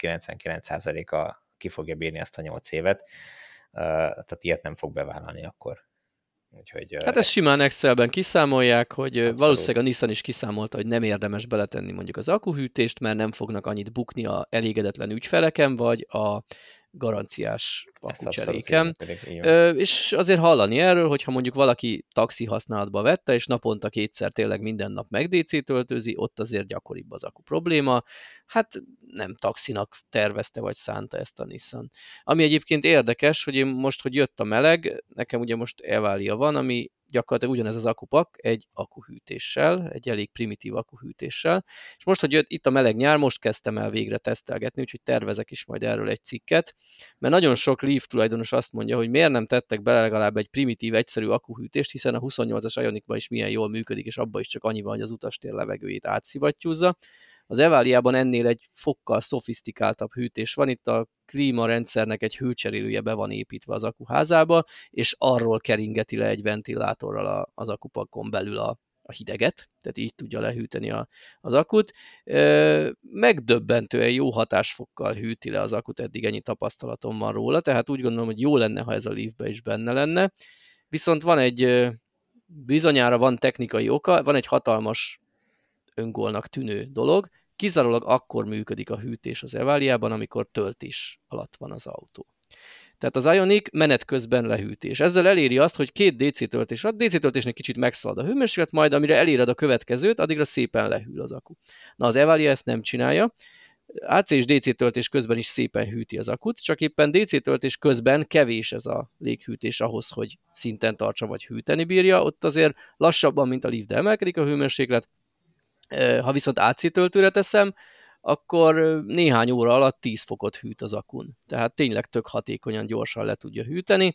99%-a ki fogja bírni azt a 8 évet, tehát ilyet nem fog bevállalni akkor. Úgyhogy, hát ezt simán Excelben kiszámolják, hogy abszolút. Valószínűleg a Nissan is kiszámolta, hogy nem érdemes beletenni mondjuk az akkuhűtést, mert nem fognak annyit bukni a elégedetlen ügyfeleken, vagy a garanciás akkucseréken. És azért hallani erről, hogyha mondjuk valaki taxi használatba vette, és naponta 2-szer tényleg minden nap meg DC töltőzi, ott azért gyakoribb az akku probléma. Hát nem taxinak tervezte vagy szánta ezt a Nissan. Ami egyébként érdekes, hogy én most, hogy jött a meleg, nekem ugye most Evalia van, ami gyakorlatilag ugyanez az akupak egy akkuhűtéssel, egy elég primitív akkuhűtéssel. És most, hogy jött itt a meleg nyár, most kezdtem el végre tesztelgetni, úgyhogy tervezek is majd erről egy cikket, mert nagyon sok Leaf tulajdonos azt mondja, hogy miért nem tettek bele legalább egy primitív, egyszerű akkuhűtést, hiszen a 28-as Ionicban is milyen jól működik, és abban is csak annyi van, hogy az utastér levegőjét átszivattyúzza. Az Evaliában ennél egy fokkal szofisztikáltabb hűtés van, itt a klímarendszernek egy hőcserélője be van építve az akkuházába, és arról keringeti le egy ventilátorral az akupakon belül a hideget, tehát így tudja lehűteni az akut. Megdöbbentően jó hatásfokkal hűti le az akut, eddig ennyi tapasztalatom van róla, tehát úgy gondolom, hogy jó lenne, ha ez a Leafbe is benne lenne. Viszont van bizonyára van technikai oka, van egy hatalmas öngólnak tűnő dolog, kizárólag akkor működik a hűtés az Evaliában, amikor töltés alatt van az autó. Tehát az Ioniq menet közben lehűtés. Ezzel eléri azt, hogy 2 DC töltés alatt, DC töltésnél kicsit megszalad a hőmérséklet, majd amire eléred a következőt, addigra szépen lehűl az akku. Na az Evalia ezt nem csinálja, AC és DC töltés közben is szépen hűti az akut, csak éppen DC töltés közben kevés ez a léghűtés ahhoz, hogy szinten tartsa vagy hűteni bírja, ott azért lassabban, mint a Leaf, de emelkedik a hőmérséklet. Ha viszont AC töltőre teszem, akkor néhány óra alatt 10 fokot hűt az akun. Tehát tényleg tök hatékonyan, gyorsan le tudja hűteni.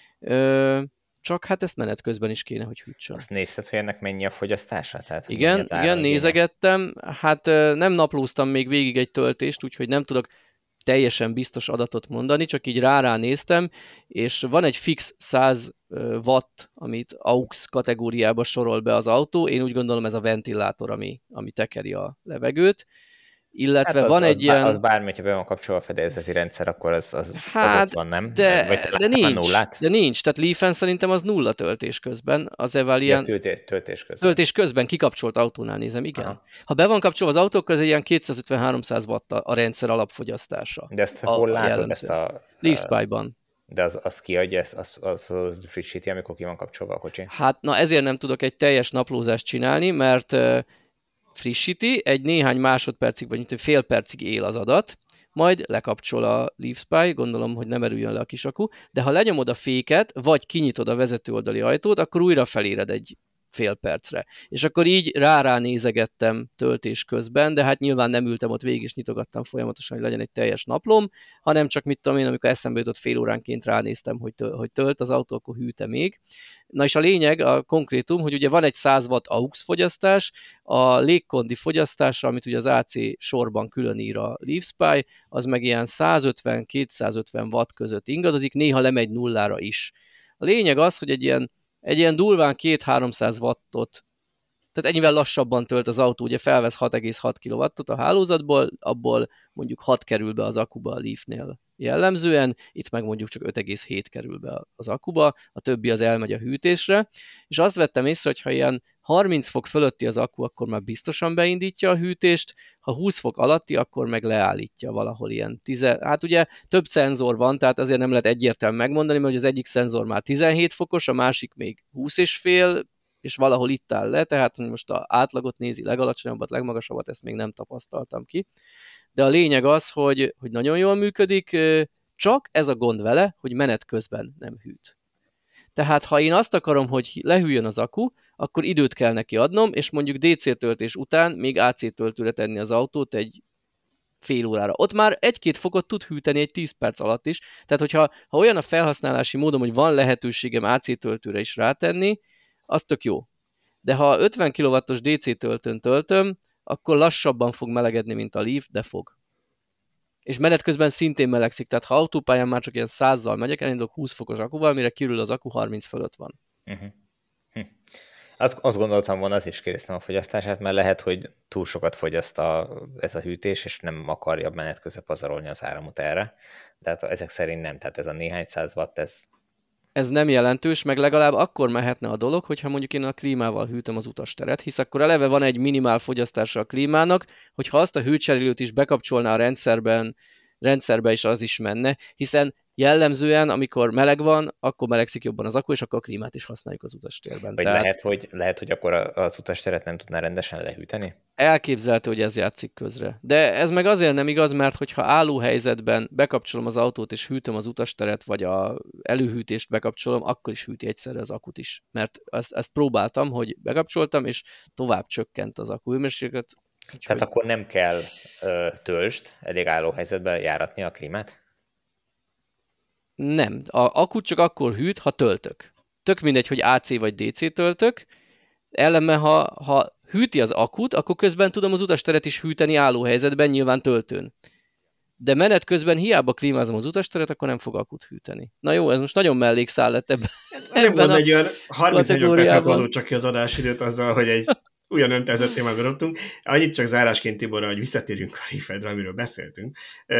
Csak hát ezt menet közben is kéne, hogy hűtsön. Azt nézted, hogy ennek mennyi a fogyasztása? Tehát, igen, nézegettem. Hát nem naplóztam még végig egy töltést, úgyhogy nem tudok teljesen biztos adatot mondani, csak így rá néztem, és van egy fix 100 watt, amit AUX kategóriába sorol be az autó. Én úgy gondolom, ez a ventilátor, ami tekeri a levegőt. illetve Hát van egy ilyen... az bármi, hogyha be van kapcsolva a fedélzeti rendszer, akkor az ott van, nem? Vagy de nincs. nullát? De nincs. Tehát Leaf-en szerintem az nulla töltés közben. Az Ja, Evalien töltés közben. töltés közben kikapcsolt autónál nézem, igen. Aha. Ha be van kapcsolva az autókkal, ez egy ilyen 250-300 watt a rendszer alapfogyasztása. De ezt hol látod, ezt a... LeafSpy-ban. De az kiadja, az frissíti, amikor ki van kapcsolva a kocsi? Hát, na ezért nem tudok egy teljes naplózást csinálni, mert frissíti, egy néhány másodpercig, vagy egy fél percig él az adat, majd lekapcsol a LeafSpy, gondolom, hogy nem erüljön le a kis akku, de ha lenyomod a féket, vagy kinyitod a vezetőoldali ajtót, akkor újra feléred egy fél percre. És akkor így rá nézegettem töltés közben, de hát nyilván nem ültem ott végig, és nyitogattam folyamatosan, hogy legyen egy teljes naplom, hanem csak mit tudom én, amikor eszembe jutott fél óránként ránéztem, hogy tölt az autó, akkor hűlte még. Na és a lényeg, a konkrétum, hogy ugye van egy 100 watt AUX fogyasztás, a légkondi fogyasztása, amit ugye az AC sorban külön ír a LeafSpy, az meg ilyen 150-250 watt között ingadozik, néha lemegy nullára is. A lényeg az, hogy egy ilyen durván 200-300 wattot, tehát ennyivel lassabban tölt az autó, ugye felvesz 6,6 kW-ot a hálózatból, abból mondjuk 6 kerül be az akuba a Leafnél jellemzően, itt meg mondjuk csak 5,7 kerül be az akuba, a többi az elmegy a hűtésre, és azt vettem észre, hogy ha ilyen 30 fok fölötti az akku, akkor már biztosan beindítja a hűtést, ha 20 fok alatti, akkor meg leállítja valahol ilyen 10, hát ugye több szenzor van, tehát azért nem lehet egyértelműen megmondani, mert az egyik szenzor már 17 fokos, a másik még 20,5, és valahol itt áll le, tehát most az átlagot nézi, legalacsonyabbat, legmagasabbat, ezt még nem tapasztaltam ki. De a lényeg az, hogy nagyon jól működik, csak ez a gond vele, hogy menet közben nem hűt. Tehát ha én azt akarom, hogy lehűljön az akku, akkor időt kell neki adnom, és mondjuk DC töltés után még AC töltőre tenni az autót egy fél órára. Ott már 1-2 fokot tud hűteni egy 10 perc alatt is, tehát hogyha olyan a felhasználási módom, hogy van lehetőségem AC töltőre is rátenni, az tök jó. De ha 50 kW-os DC töltőn töltöm, akkor lassabban fog melegedni, mint a Leaf, de fog. És menet közben szintén melegszik, tehát ha autópályán már csak ilyen 100-zal megyek, elindulok 20 fokos akuval, mire kirül az akku 30 fölött van. Azt gondoltam volna, az is kérdeztem a fogyasztását, mert lehet, hogy túl sokat fogyaszt ez a hűtés, és nem akarja menet közben pazarolni az áramot erre. Tehát ezek szerint nem, tehát ez a néhány 100 watt, Ez nem jelentős, meg legalább akkor mehetne a dolog, hogyha mondjuk én a klímával hűtöm az utasteret, hisz akkor eleve van egy minimál fogyasztása a klímának, hogyha azt a hőcserélőt is bekapcsolná a rendszerbe is az is menne, hiszen jellemzően, amikor meleg van, akkor melegszik jobban az akku, és akkor a klímát is használjuk az utastérben. Vagy lehet, hogy akkor az utasteret nem tudná rendesen lehűteni? Elképzelhető, hogy ez játszik közre. De ez meg azért nem igaz, mert hogyha álló helyzetben bekapcsolom az autót és hűtöm az utasteret, vagy az előhűtést bekapcsolom, akkor is hűti egyszerre az akut is. Mert ezt próbáltam, hogy bekapcsoltam, és tovább csökkent az akkuhőmérséklet. Tehát akkor nem kell töltsd, elég álló helyzetben járatni a klímát? Nem. A akut csak akkor hűt, ha töltök. Tök mindegy, hogy AC vagy DC töltök. Ellenben, ha hűti az akut, akkor közben tudom az utasteret is hűteni álló helyzetben, nyilván töltőn. De menet közben hiába klímázom az utasteret, akkor nem fog akut hűteni. Na jó, ez most nagyon mellékszál lett ebben egy olyan 34 percet adott csak ki az adásidőt azzal, hogy egy ugyan öntezett témát berodtunk. Annyit csak zárásként, Tiborra, hogy visszatérjünk a Refedre, amiről beszéltünk.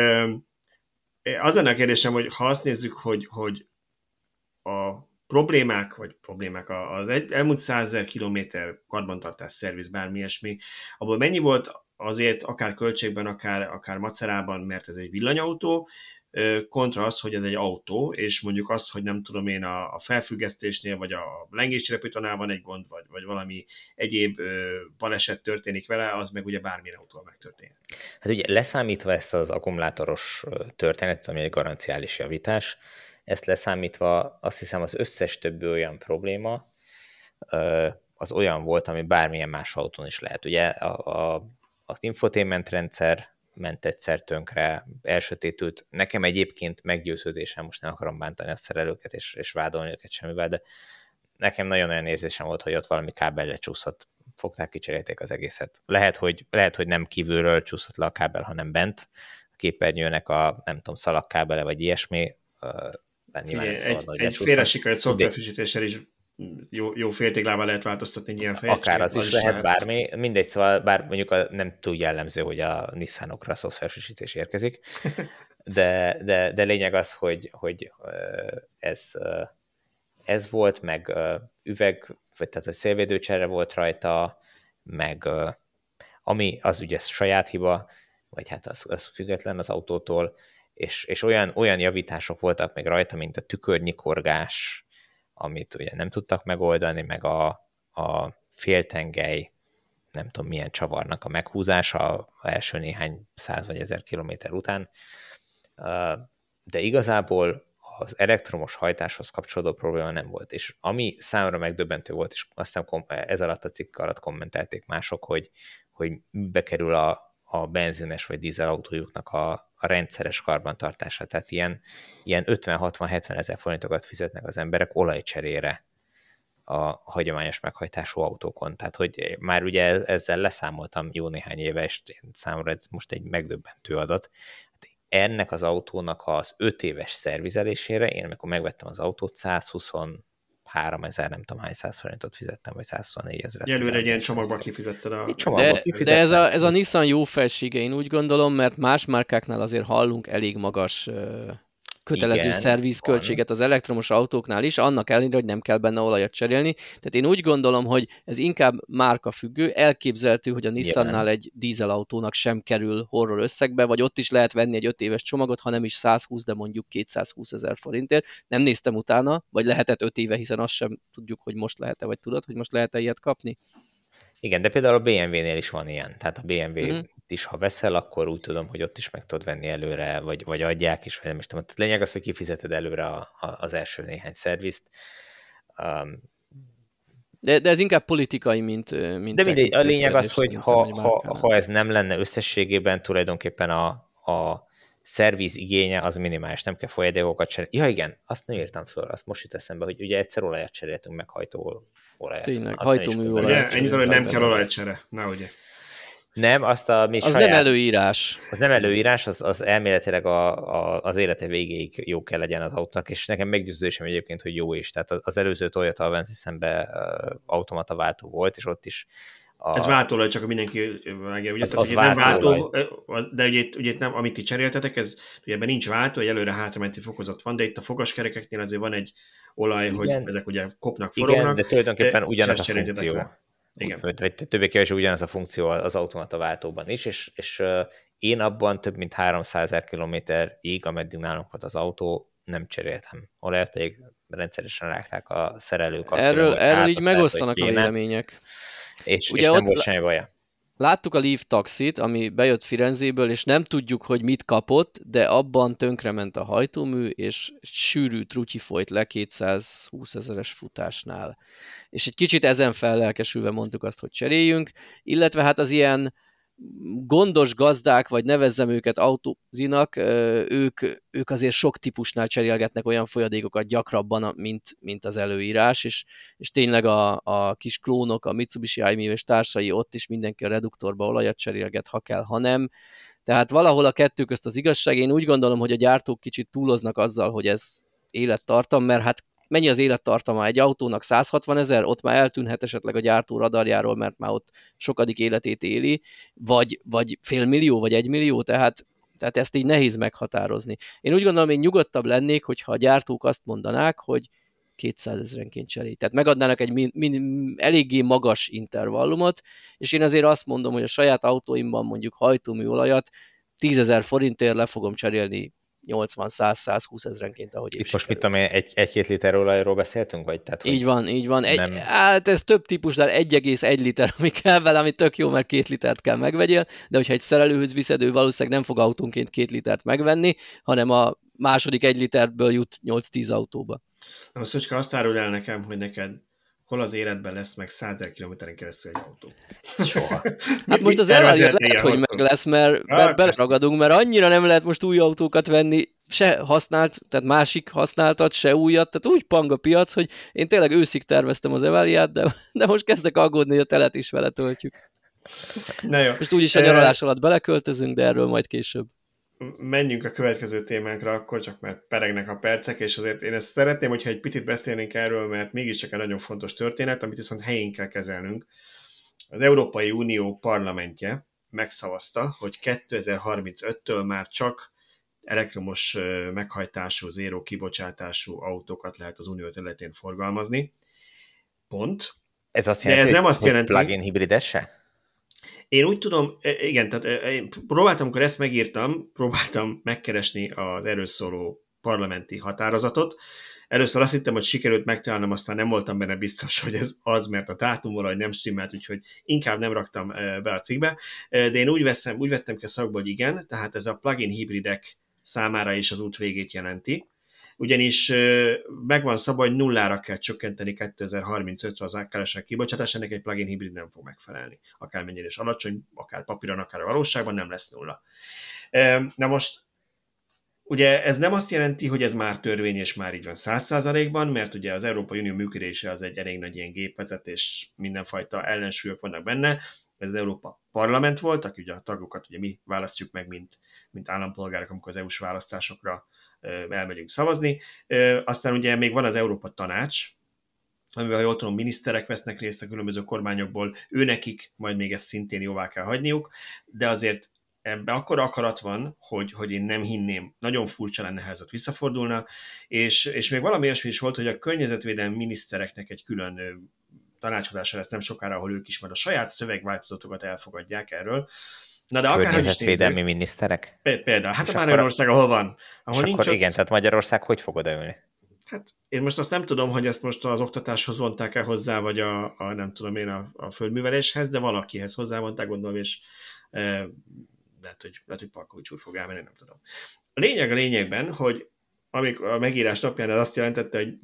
Az lenne a kérdésem, hogy ha azt nézzük, hogy a problémák az elmúlt 100 000 kilométer karbantartás, szerviz, bármi ilyesmi, abból mennyi volt azért akár költségben, akár macerában, mert ez egy villanyautó, kontra az, hogy ez egy autó, és mondjuk az, hogy nem tudom én a felfüggesztésnél, vagy a lengéscsillapítónál van egy gond, vagy valami egyéb baleset történik vele, az meg ugye bármilyen autóval megtörténhet. Hát ugye leszámítva ezt az akkumulátoros történetet, ami egy garanciális javítás, ezt leszámítva azt hiszem az összes többi olyan probléma az olyan volt, ami bármilyen más autón is lehet. Ugye az infotainment rendszer ment egyszer tönkre, elsötétült. Nekem egyébként meggyőződésem, most nem akarom bántani a szerelőket és vádolni őket semmivel, de nekem nagyon olyan érzésem volt, hogy ott valami kábel lecsúszott. Fogták, kicserélték az egészet. Lehet, hogy nem kívülről csúszott le a kábel, hanem bent. A képernyőnek a, nem tudom, szalagkábele vagy ilyesmi. Egy félre sikerült szoftverfrissítéssel is jó féltéglával lehet változtatni ilyen fejegységet. Akár az is lehet, bármi. Mindegy, szóval bár mondjuk nem túl jellemző, hogy a Nissanokra szoftverfrissítés érkezik, de lényeg az, hogy ez volt, meg üveg, vagy tehát a szélvédőcsere volt rajta, meg ami az ugye saját hiba, vagy hát az független az autótól, és olyan javítások voltak még rajta, mint a tükörnyikorgás, amit ugye nem tudtak megoldani, meg a féltengely, nem tudom milyen csavarnak a meghúzása az első néhány 100 vagy 1000 kilométer után. De igazából az elektromos hajtáshoz kapcsolódó probléma nem volt. És ami számomra megdöbbentő volt, és aztán ez alatt a cikk alatt kommentelték mások, hogy bekerül a benzines vagy dízel autójuknak a rendszeres karbantartása. Tehát ilyen 50-60-70 ezer forintokat fizetnek az emberek olajcserére a hagyományos meghajtású autókon. Tehát, hogy már ugye ezzel leszámoltam jó néhány éve, és számomra ez most egy megdöbbentő adat. Ennek az autónak az 5 éves szervizelésére, én amikor megvettem az autót, 123 000, nem tudom hány 100 forintot fizettem, vagy 124 000. Előre egy ilyen csomagban kifizetted a... De ez a Nissan jó felsége, én úgy gondolom, mert más márkáknál azért hallunk elég magas kötelező szervizköltséget az elektromos autóknál is, annak ellenére, hogy nem kell benne olajat cserélni. Tehát én úgy gondolom, hogy ez inkább márkafüggő, elképzelhető, hogy a Nissannál egy dízelautónak sem kerül horror összegbe, vagy ott is lehet venni egy 5 éves csomagot, ha nem is 120, de mondjuk 220 000 forintért. Nem néztem utána, vagy lehetett 5 éve, hiszen azt sem tudjuk, hogy most lehet-e, vagy tudod, hogy most lehet-e ilyet kapni? Igen, de például a BMW-nél is van ilyen. Tehát a BMW is, ha veszel, akkor úgy tudom, hogy ott is meg tudod venni előre, vagy adják is, vagy nem is tudom. Tehát lényeg az, hogy kifizeted előre az első néhány szervizt. De ez inkább politikai, mint de mindegy, a lényeg az, hogy ha ez nem lenne összességében, tulajdonképpen a szerviz igénye az minimális, nem kell folyadékokat cserélni. Ja igen, azt nem írtam föl, azt most jut eszembe, hogy ugye egyszer olajat cseréltünk meg hajtóolajat. Tényleg, hajtómű olajat. Ennyit, hogy nem kell olajcsere. Na ugye. Nem, azt a mi az saját... nem előírás. Az nem előírás, az elméletileg az élete végéig jó kell legyen az autónak, és nekem meggyőződésem egyébként, hogy jó is. Tehát az előző Toyota Avensis-ben automata váltó volt, és ott is ez váltóolaj, csak mindenki vágja, ugye? Az nem váltó, de ugye nem, amit ti cseréltetek, ugye ebben nincs váltó, hogy előre-hátramenti fokozat van, de itt a fogaskerekeknél azért van egy olaj, igen, hogy ezek ugye kopnak, forognak. Igen, de tulajdonképpen ugyanaz a funkció. Igen. Vagy többé-kevésbé ugyanaz a funkció az automata váltóban is, és én abban több mint 300 000 kilométerig, ameddig nálunk volt az autó, nem cseréltem olajat, pedig rendszeresen rágták a szerelők. Erről így megosztanak a vélemények. És nem volt semmi baja. Láttuk a Leaf taxit, ami bejött Firenzéből, és nem tudjuk, hogy mit kapott, de abban tönkrement a hajtómű, és sűrű trutyi folyt le 220 000-es futásnál. És egy kicsit ezen fellelkesülve mondtuk azt, hogy cseréljünk, illetve hát az ilyen gondos gazdák, vagy nevezzem őket autózinak, ők azért sok típusnál cserélgetnek olyan folyadékokat gyakrabban, mint az előírás, és tényleg a kis klónok, a Mitsubishi Aimio és társai, ott is mindenki a reduktorba olajat cserélget, ha kell, ha nem. Tehát valahol a kettő közt az igazság. Én úgy gondolom, hogy a gyártók kicsit túloznak azzal, hogy ez élettartam, mert hát mennyi az élettartama egy autónak? 160 000? Ott már eltűnhet esetleg a gyártó radarjáról, mert már ott sokadik életét éli, vagy $500 000, vagy 1 millió, tehát ezt így nehéz meghatározni. Én úgy gondolom, én nyugodtabb lennék, hogyha a gyártók azt mondanák, hogy 200 000-enként cserél. Tehát megadnának egy eléggé magas intervallumot, és én azért azt mondom, hogy a saját autóimban mondjuk hajtómű olajat 10 000 forintért le fogom cserélni 80-100-120 000-enként, ahogy itt most mit tudom én, 1-2 liter olajról beszéltünk? Vagy? Tehát, így van. Hát ez több típus, de 1,1 liter, ami kell vele, ami tök jó, mert 2 litert kell megvegyél, de hogyha egy szerelőhöz viszed, ő valószínűleg nem fog autónként 2 litert megvenni, hanem a második 1 literből jut 8-10 autóba. Na, Szöcske, azt árul el nekem, hogy neked hol az életben lesz meg 100 000 kilométeren keresztül egy autó. Soha. Hát most az Evalia lehet, hogy meg lesz, mert beleragadunk, mert annyira nem lehet most új autókat venni, se használt, tehát másik használtat, se újat, tehát úgy pang a piac, hogy én tényleg őszig terveztem az Evaliát, de most kezdek aggódni, hogy a telet is vele töltjük. Na jó. Most úgyis a nyaralás alatt beleköltözünk, de erről majd később. menjünk a következő témánkra, akkor csak mert peregnek a percek, és azért én ezt szeretném, hogyha egy picit beszélnénk erről, mert mégiscsak egy nagyon fontos történet, amit viszont helyén kell kezelnünk. Az Európai Unió parlamentje megszavazta, hogy 2035-től már csak elektromos meghajtású, zéró kibocsátású autókat lehet az unió területén forgalmazni. Pont. Ez azt De jelenti, ez nem azt hogy jelenti, plug-in hibrides se? Én úgy tudom, igen, tehát én próbáltam, amikor ezt megírtam, próbáltam megkeresni az erről szóló parlamenti határozatot. Először azt hittem, hogy sikerült megtalálnom, aztán nem voltam benne biztos, hogy ez az, mert a dátum valahogy nem stimmelt, úgyhogy inkább nem raktam be a cikkbe. De én úgy vettem ki a szakból, hogy igen, tehát ez a plug-in hibridek számára is az út végét jelenti. Ugyanis meg van szabva, hogy nullára kell csökkenteni 2035-re az keresett kibocsátás, ennek egy plug-in hibrid nem fog megfelelni. Akármennyire is alacsony, akár papíron, akár a valóságban nem lesz nulla. Na most, ugye ez nem azt jelenti, hogy ez már törvény, és már így van 100%-ban, mert ugye az Európai Unió működése az egy elég nagy ilyen gépvezet, és mindenfajta ellensúlyok vannak benne. Ez az Európa Parlament volt, aki ugye a tagokat ugye mi választjuk meg, mint állampolgárok, amikor az EU-s választásokra elmegyünk szavazni. Aztán ugye még van az Európa Tanács, amivel, ha jól tudom, miniszterek vesznek részt a különböző kormányokból, őnekik majd még ezt szintén jóvá kell hagyniuk, de azért ebben akkora akarat van, hogy én nem hinném, nagyon furcsa lenne, ha ez ott visszafordulna, és még valami olyasmi is volt, hogy a környezetvédelmi minisztereknek egy külön tanácskozása lesz nem sokára, ahol ők is majd a saját szövegváltozatokat elfogadják erről. Na de környezetvédelmi miniszterek? Például, hát már olyan ország, ahol van. Ahol és akkor igen, tehát Magyarország hogy fog odaülni? Hát én most azt nem tudom, hogy ezt most az oktatáshoz vonták-e hozzá, vagy a nem tudom én, a földműveléshez, de valakihez hozzávonták, gondolom, és lehet, hogy Palkovics úr fog elmenni, nem tudom. A lényegben, hogy amikor a megírás napján ez azt jelentette, hogy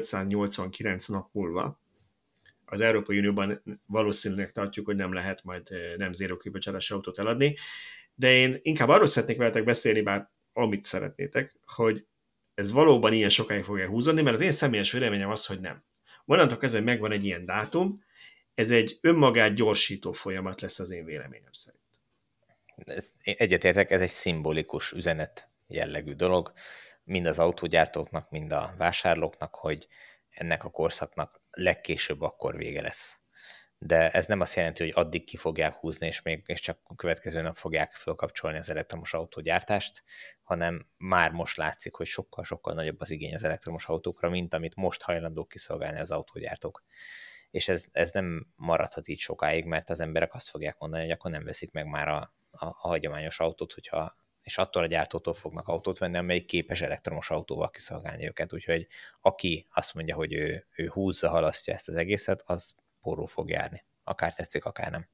4589 nap múlva az Európai Unióban valószínűleg tartjuk, hogy nem lehet majd nem zéró kibocsátású autót eladni, de én inkább arról szeretnék veletek beszélni, bár amit szeretnétek, hogy ez valóban ilyen sokáig fogja húzódni, mert az én személyes véleményem az, hogy nem. Mostantól kezdve megvan egy ilyen dátum, ez egy önmagát gyorsító folyamat lesz az én véleményem szerint. Egyetértek, ez egy szimbolikus üzenet jellegű dolog, mind az autógyártóknak, mind a vásárlóknak, hogy ennek a korszaknak legkésőbb akkor vége lesz. De ez nem azt jelenti, hogy addig ki fogják húzni, és csak a következő nap fogják fölkapcsolni az elektromos autógyártást, hanem már most látszik, hogy sokkal-sokkal nagyobb az igény az elektromos autókra, mint amit most hajlandók kiszolgálni az autógyártók. És ez nem maradhat így sokáig, mert az emberek azt fogják mondani, hogy akkor nem veszik meg már a hagyományos autót, és attól a gyártótól fognak autót venni, amelyik képes elektromos autóval kiszolgálni őket. Úgyhogy aki azt mondja, hogy ő húzza, halasztja ezt az egészet, az porró fog járni. Akár tetszik, akár nem.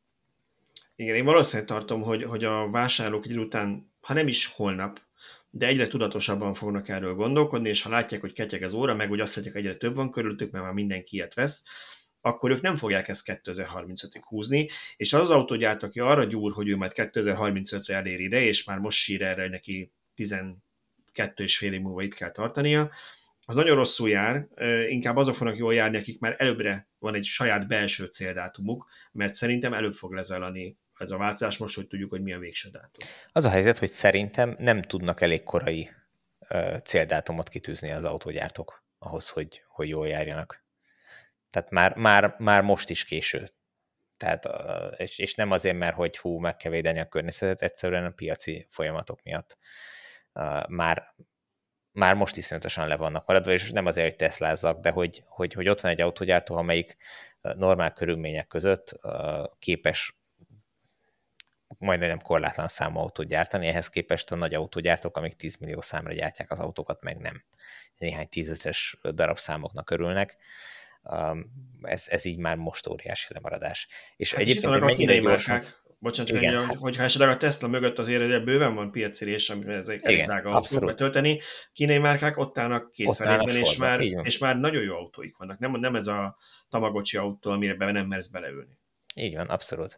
Igen, én valószínűleg tartom, hogy a vásárlók idő után, ha nem is holnap, de egyre tudatosabban fognak erről gondolkodni, és ha látják, hogy ketyeg az óra, meg úgy azt látják, egyre több van körülöttük, mert már mindenki ilyet vesz, akkor ők nem fogják ezt 2035-ig húzni, és az autógyártó, aki arra gyúr, hogy ő majd 2035-re elér ide, és már most sír erre, hogy neki 12 és fél év múlva itt kell tartania, az nagyon rosszul jár, inkább azok fognak jól járni, akik már előbbre van egy saját belső céldátumuk, mert szerintem előbb fog lezajlani ez a változás most, hogy tudjuk, hogy mi a végső dátum. Az a helyzet, hogy szerintem nem tudnak elég korai céldátumot kitűzni az autógyártók ahhoz, hogy jól járjanak. Tehát már most is késő. Tehát, és nem azért, mert hogy meg kell védeni a környezetet, egyszerűen a piaci folyamatok miatt már most iszonyatosan le vannak maradva, és nem azért, hogy teszlázzak, de hogy ott van egy autógyártó, amelyik normál körülmények között képes majdnem korlátlan számú autót gyártani, ehhez képest a nagy autógyártók, amik 10 millió számra gyártják az autókat, meg nem. Néhány tízezres darabszámoknak örülnek. Ez így már most óriási lemaradás. És hát egyébként, hogy a kínai márkák, bocsánat, csak hogyha esetleg a Tesla mögött azért bőven van piacérés, amiben ez egy elég drága autót betölteni, kínai márkák ott állnak készenlétben, és már nagyon jó autóik vannak. Nem ez a Tamagocsi autó, amire nem mersz beleülni. Így van, abszolút.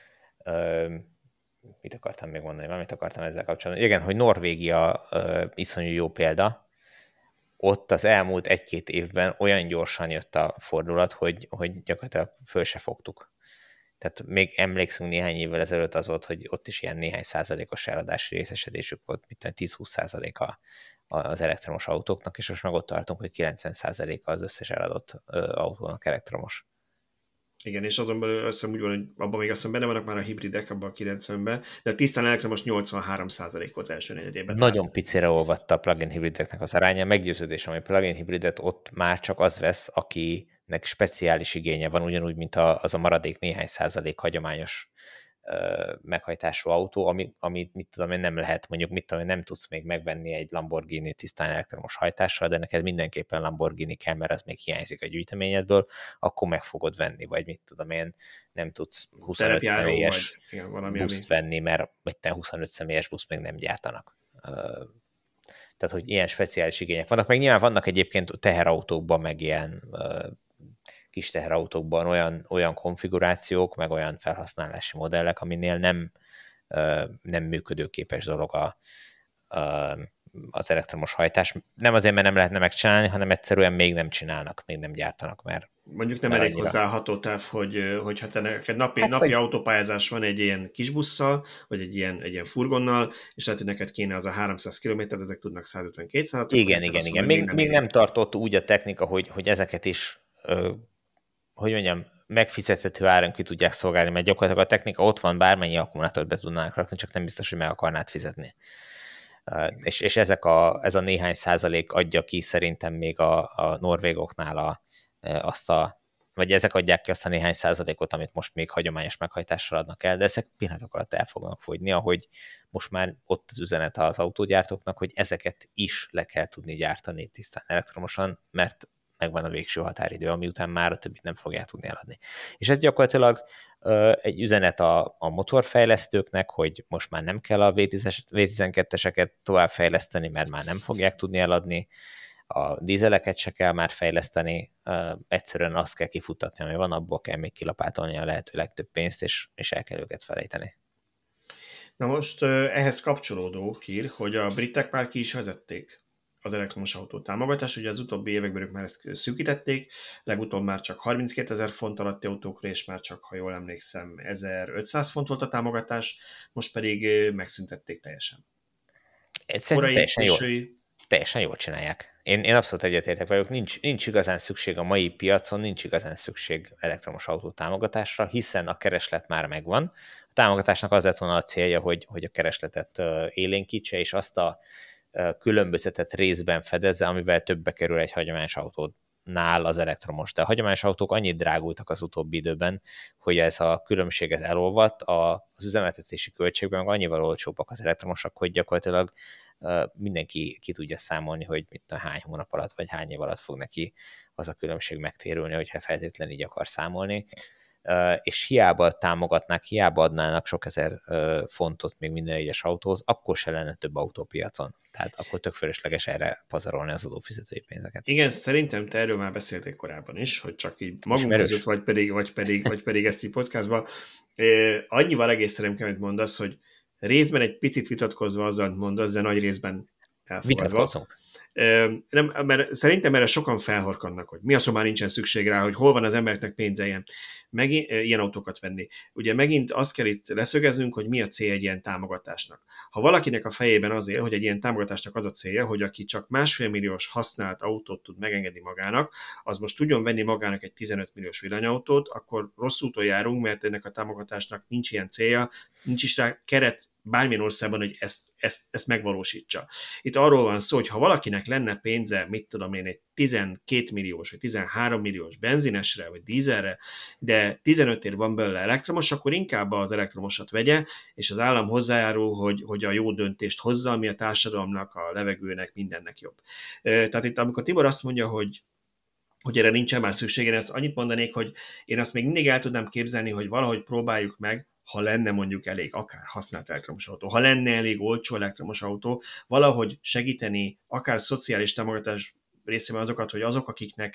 Mit akartam még mondani? Valamit akartam ezzel kapcsolatban. Igen, hogy Norvégia iszonyú jó példa. Ott az elmúlt 1-2 évben olyan gyorsan jött a fordulat, hogy gyakorlatilag föl se fogtuk. Tehát még emlékszünk néhány évvel ezelőtt az volt, hogy ott is ilyen néhány százalékos eladási részesedésük volt, mint 10-20% az elektromos autóknak, és most meg ott tartunk, hogy 90%-a az összes eladott autónak elektromos. Igen, és azon belül azt hiszem úgy van, hogy abban még azt hiszem benne vannak már a hibridek, abban a 90-ben, de a tisztán elektromos 83% volt első negyedében. Nagyon picire olvatta a plug-in hibrideknek az aránya. Meggyőződésem, hogy plug-in hibridet ott már csak az vesz, akinek speciális igénye van, ugyanúgy, mint az a maradék néhány százalék hagyományos meghajtású autó, amit mit tudom én, nem lehet, mondjuk mit tudom én, nem tudsz még megvenni egy Lamborghini tisztán elektromos hajtással, de neked mindenképpen Lamborghini kell, mert az még hiányzik a gyűjteményedből, akkor meg fogod venni, vagy mit tudom én, nem tudsz 25 személyes buszt venni, mert 25 személyes buszt még nem gyártanak. Tehát, hogy ilyen speciális igények vannak, meg nyilván vannak egyébként teherautókban, meg ilyen kis teherautókban olyan konfigurációk, meg olyan felhasználási modellek, aminél nem működőképes dolog az elektromos hajtás. Nem azért, mert nem lehetne megcsinálni, hanem egyszerűen még nem csinálnak, még nem gyártanak, mert mondjuk nem elég hozzá a hatótáv, hogy ha te neked napi autópályázás van egy ilyen kis busszal, vagy egy ilyen furgonnal, és lehet, hogy neked kéne az a 300 km, ezek tudnak 150-200. Igen. Még nem tartott úgy a technika, hogy ezeket is hogy mondjam, megfizethető áron ki tudják szolgálni, mert gyakorlatilag a technika ott van, bármennyi akkumulátort be tudnának rakni, csak nem biztos, hogy meg akarnád fizetni. És ez a néhány százalék adja ki szerintem még a norvégoknál vagy ezek adják ki azt a néhány százalékot, amit most még hagyományos meghajtással adnak el, de ezek pillanatok alatt el fognak fogyni, ahogy most már ott az üzenet az autógyártóknak, hogy ezeket is le kell tudni gyártani tisztán elektromosan, mert megvan a végső határidő, ami után már a többit nem fogják tudni eladni. És ez gyakorlatilag egy üzenet a motorfejlesztőknek, hogy most már nem kell a V12-eseket továbbfejleszteni, mert már nem fogják tudni eladni, a dízeleket se kell már fejleszteni, egyszerűen azt kell kifutatni, ami van, abból kell még kilapátolni a lehető legtöbb pénzt, és el kell őket felejteni. Na most ehhez kapcsolódó hír, hogy a britek már ki is vezették az elektromos autó támogatás. Ugye az utóbbi években ők már ezt szűkítették, legutóbb már csak 32 000 font alatti autókra, és már csak, ha jól emlékszem, 1500 font volt a támogatás, most pedig megszüntették teljesen. Teljesen jól csinálják. Én abszolút egyetértek velük, nincs igazán szükség a mai piacon, nincs igazán szükség elektromos autó támogatásra, hiszen a kereslet már megvan. A támogatásnak az lett volna a célja, hogy a keresletet élénkítse, és azt a különbözetet részben fedezze, amivel többbe kerül egy hagyományos autónál az elektromos. De a hagyományos autók annyit drágultak az utóbbi időben, hogy ez a különbség elolvadt, az üzemeltetési költségben meg annyival olcsóbbak az elektromosak, hogy gyakorlatilag mindenki ki tudja számolni, hogy hány hónap alatt vagy hány év alatt fog neki az a különbség megtérülni, hogyha feltétlenül így akar számolni. És hiába támogatnák, hiába adnának sok ezer fontot még minden egyes autóhoz, akkor se lenne több autópiacon. Tehát akkor tök fölösleges erre pazarolni az adófizetői pénzeket. Igen, szerintem te erről már beszélték korábban is, hogy csak így magunk között, vagy pedig ezt így podcastban. Annyival egészen kell, amit mondasz, hogy részben egy picit vitatkozva azzal, amit mondasz, de nagy részben elfogadva. Vitatkozzunk. Mert szerintem erre sokan felhorkannak, hogy mi az, hogy már nincsen szükség rá, hogy hol van az embereknek pénze ilyen autókat venni. Ugye megint azt kell itt leszögeznünk, hogy mi a cél egy ilyen támogatásnak. Ha valakinek a fejében az él, hogy egy ilyen támogatásnak az a célja, hogy aki csak 1,5 milliós használt autót tud megengedni magának, az most tudjon venni magának egy 15 milliós villanyautót, akkor rossz úton járunk, mert ennek a támogatásnak nincs ilyen célja, nincs is rá keret bármilyen országban, hogy ezt megvalósítsa. Itt arról van szó, hogy ha valakinek lenne pénze, mit tudom én, egy 12 milliós vagy 13 milliós benzinesre vagy dízelre, de 15 ér van belőle elektromos, akkor inkább az elektromosat vegye, és az állam hozzájárul, hogy a jó döntést hozza, ami a társadalomnak, a levegőnek, mindennek jobb. Tehát itt, amikor Tibor azt mondja, hogy erre nincsen már szükség, én ezt annyit mondanék, hogy én azt még mindig el tudnám képzelni, hogy valahogy próbáljuk meg, ha lenne mondjuk elég akár használt elektromos autó, ha lenne elég olcsó elektromos autó, valahogy segíteni akár szociális támogatás részében azokat, hogy azok,